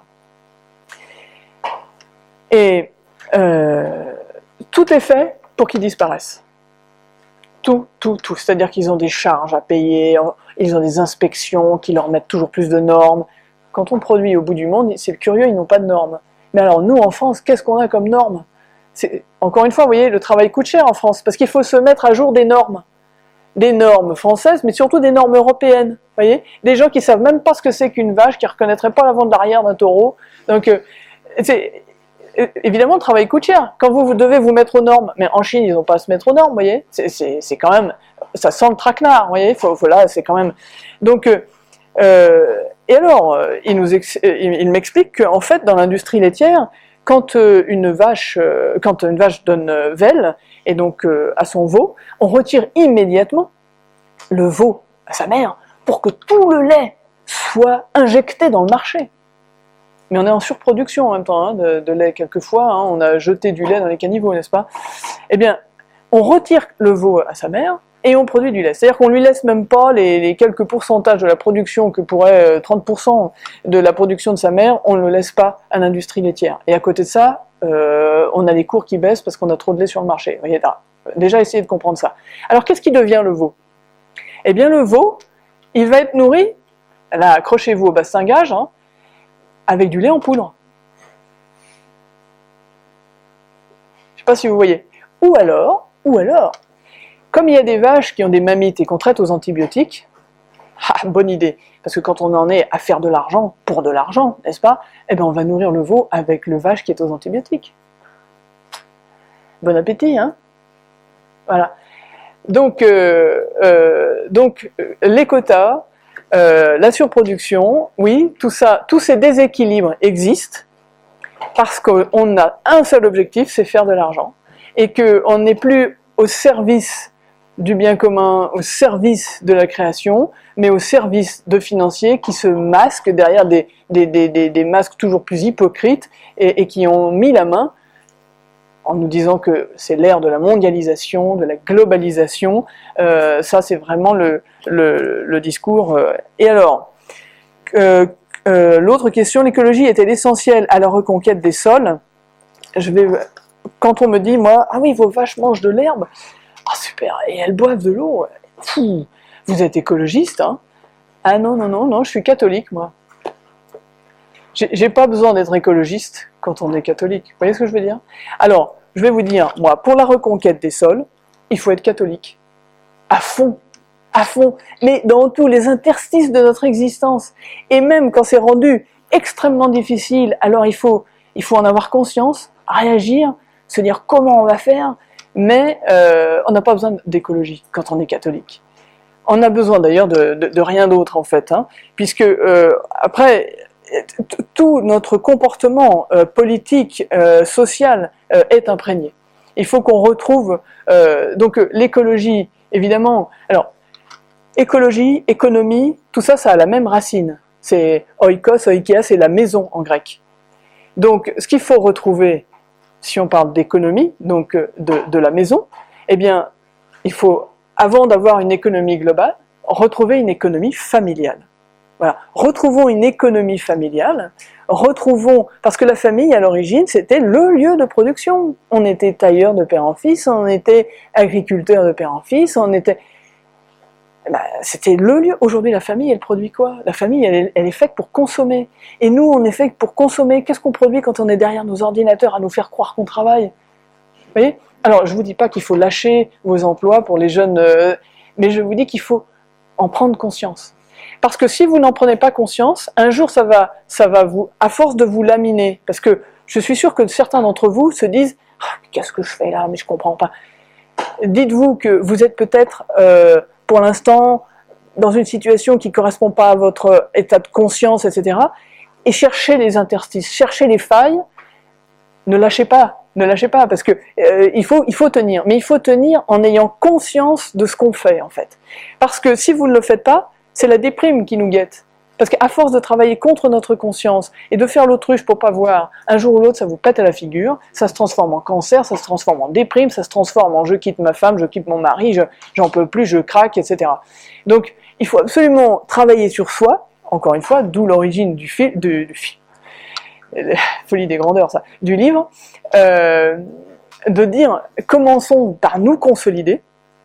Et euh, tout est fait pour qu'ils disparaissent. Tout, tout, tout. C'est-à-dire qu'ils ont des charges à payer, ils ont des inspections qui leur mettent toujours plus de normes. Quand on produit au bout du monde, c'est curieux, ils n'ont pas de normes. Mais alors nous, en France, qu'est-ce qu'on a comme normes? C'est, encore une fois, vous voyez, le travail coûte cher en France, parce qu'il faut se mettre à jour des normes. Des normes françaises, mais surtout des normes européennes. Vous voyez, des gens qui savent même pas ce que c'est qu'une vache, qui ne reconnaîtraient pas l'avant de l'arrière d'un taureau. Donc, euh, c'est... Évidemment, le travail coûte cher. Quand vous, vous devez vous mettre aux normes, mais en Chine, ils n'ont pas à se mettre aux normes, vous voyez. C'est, c'est, c'est quand même, ça sent le traquenard, vous voyez. Faut, faut là, c'est quand même. Donc, euh, et alors, il nous, ex... il m'explique qu'en fait, dans l'industrie laitière, quand une vache, quand une vache donne velle et donc à son veau, on retire immédiatement le veau à sa mère pour que tout le lait soit injecté dans le marché. Mais on est en surproduction en même temps hein, de, de lait quelquefois, hein, on a jeté du lait dans les caniveaux, n'est-ce pas? Eh bien, on retire le veau à sa mère et on produit du lait. C'est-à-dire qu'on lui laisse même pas les, les quelques pourcentages de la production que pourrait, trente pour cent de la production de sa mère, on ne le laisse pas à l'industrie laitière. Et à côté de ça, euh, on a les cours qui baissent parce qu'on a trop de lait sur le marché. Vous voyez, déjà essayez de comprendre ça. Alors qu'est-ce qui devient le veau? Eh bien le veau, il va être nourri, là accrochez-vous au bastingage, hein, avec du lait en poudre. Je ne sais pas si vous voyez. Ou alors, ou alors, comme il y a des vaches qui ont des mammites et qu'on traite aux antibiotiques, ah, bonne idée, parce que quand on en est à faire de l'argent pour de l'argent, n'est-ce pas? Eh bien on va nourrir le veau avec le vache qui est aux antibiotiques. Bon appétit, hein? Voilà. Donc, euh, euh, donc les quotas, Euh, la surproduction, oui, tout ça, tous ces déséquilibres existent parce qu'on a un seul objectif, c'est faire de l'argent, et qu'on n'est plus au service du bien commun, au service de la création, mais au service de financiers qui se masquent derrière des, des, des, des, des masques toujours plus hypocrites et, et qui ont mis la main en nous disant que c'est l'ère de la mondialisation, de la globalisation. Euh, ça, c'est vraiment le, le, le discours. Et alors, euh, euh, l'autre question, l'écologie est-elle essentielle à la reconquête des sols? Je vais, quand on me dit, moi, ah oui, vos vaches mangent de l'herbe, ah super, et elles boivent de l'eau, fou, vous êtes écologiste, hein? Ah non, non, non, non, je suis catholique, moi. J'ai, j'ai pas besoin d'être écologiste quand on est catholique. Vous voyez ce que je veux dire? Alors, je vais vous dire, moi, pour la reconquête des sols, il faut être catholique. À fond. À fond. Mais dans tous les interstices de notre existence. Et même quand c'est rendu extrêmement difficile, alors il faut, il faut en avoir conscience, réagir, se dire comment on va faire, mais euh, on n'a pas besoin d'écologie quand on est catholique. On a besoin d'ailleurs de, de, de rien d'autre, en fait, hein, puisque euh, après... tout notre comportement euh, politique, euh, social euh, est imprégné. Il faut qu'on retrouve euh, donc euh, l'écologie, évidemment. Alors, écologie, économie, tout ça, ça a la même racine. C'est oikos, oikia, c'est la maison en grec. Donc, ce qu'il faut retrouver, si on parle d'économie, donc euh, de, de la maison, eh bien, il faut, avant d'avoir une économie globale, retrouver une économie familiale. Voilà. Retrouvons une économie familiale, retrouvons, parce que la famille à l'origine c'était le lieu de production. On était tailleur de père en fils, on était agriculteur de père en fils, on était... ben, c'était le lieu. Aujourd'hui, la famille, elle produit quoi? La famille, elle est, elle est faite pour consommer. Et nous, on est fait pour consommer. Qu'est-ce qu'on produit quand on est derrière nos ordinateurs à nous faire croire qu'on travaille? Vous voyez? Alors, je vous dis pas qu'il faut lâcher vos emplois pour les jeunes, euh, mais je vous dis qu'il faut en prendre conscience. Parce que si vous n'en prenez pas conscience, un jour, ça va, ça va vous, à force de vous laminer, parce que je suis sûr que certains d'entre vous se disent oh, « qu'est-ce que je fais là? Mais je comprends pas ». Dites-vous que vous êtes peut-être, euh, pour l'instant, dans une situation qui ne correspond pas à votre état de conscience, et cetera. Et cherchez les interstices, cherchez les failles, ne lâchez pas. Ne lâchez pas, parce que euh, il faut, il faut tenir. Mais il faut tenir en ayant conscience de ce qu'on fait, en fait. Parce que si vous ne le faites pas, c'est la déprime qui nous guette. Parce qu'à force de travailler contre notre conscience et de faire l'autruche pour pas voir, un jour ou l'autre, ça vous pète à la figure, ça se transforme en cancer, ça se transforme en déprime, ça se transforme en je quitte ma femme, je quitte mon mari, je, j'en peux plus, je craque, et cetera. Donc, il faut absolument travailler sur soi, encore une fois, d'où l'origine du film, du, du film. Folie des grandeurs, ça, du livre, euh, de dire, commençons par nous consolider,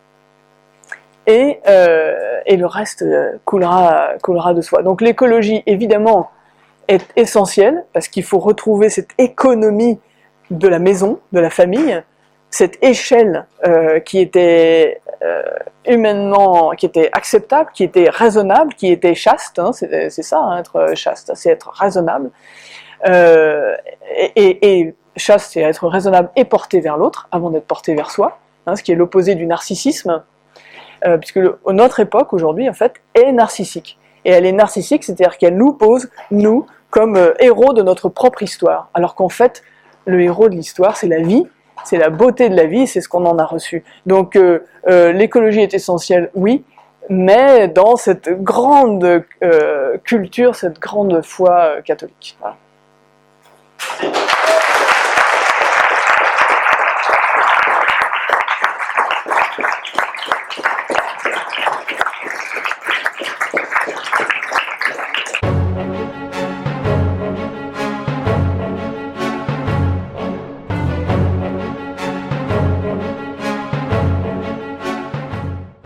et, euh, et le reste coulera, coulera de soi. Donc l'écologie, évidemment, est essentielle, parce qu'il faut retrouver cette économie de la maison, de la famille, cette échelle euh, qui était euh, humainement, qui était acceptable, qui était raisonnable, qui était chaste, hein, c'est, c'est ça, hein, être chaste, c'est être raisonnable, Euh, et, et, et chaste, c'est être raisonnable et porté vers l'autre, avant d'être porté vers soi, hein, ce qui est l'opposé du narcissisme, euh, puisque le, notre époque, aujourd'hui, en fait, est narcissique. Et elle est narcissique, c'est-à-dire qu'elle nous pose, nous, comme euh, héros de notre propre histoire, alors qu'en fait, le héros de l'histoire, c'est la vie, c'est la beauté de la vie, c'est ce qu'on en a reçu. Donc, euh, euh, l'écologie est essentielle, oui, mais dans cette grande euh, culture, cette grande foi euh, catholique. Voilà.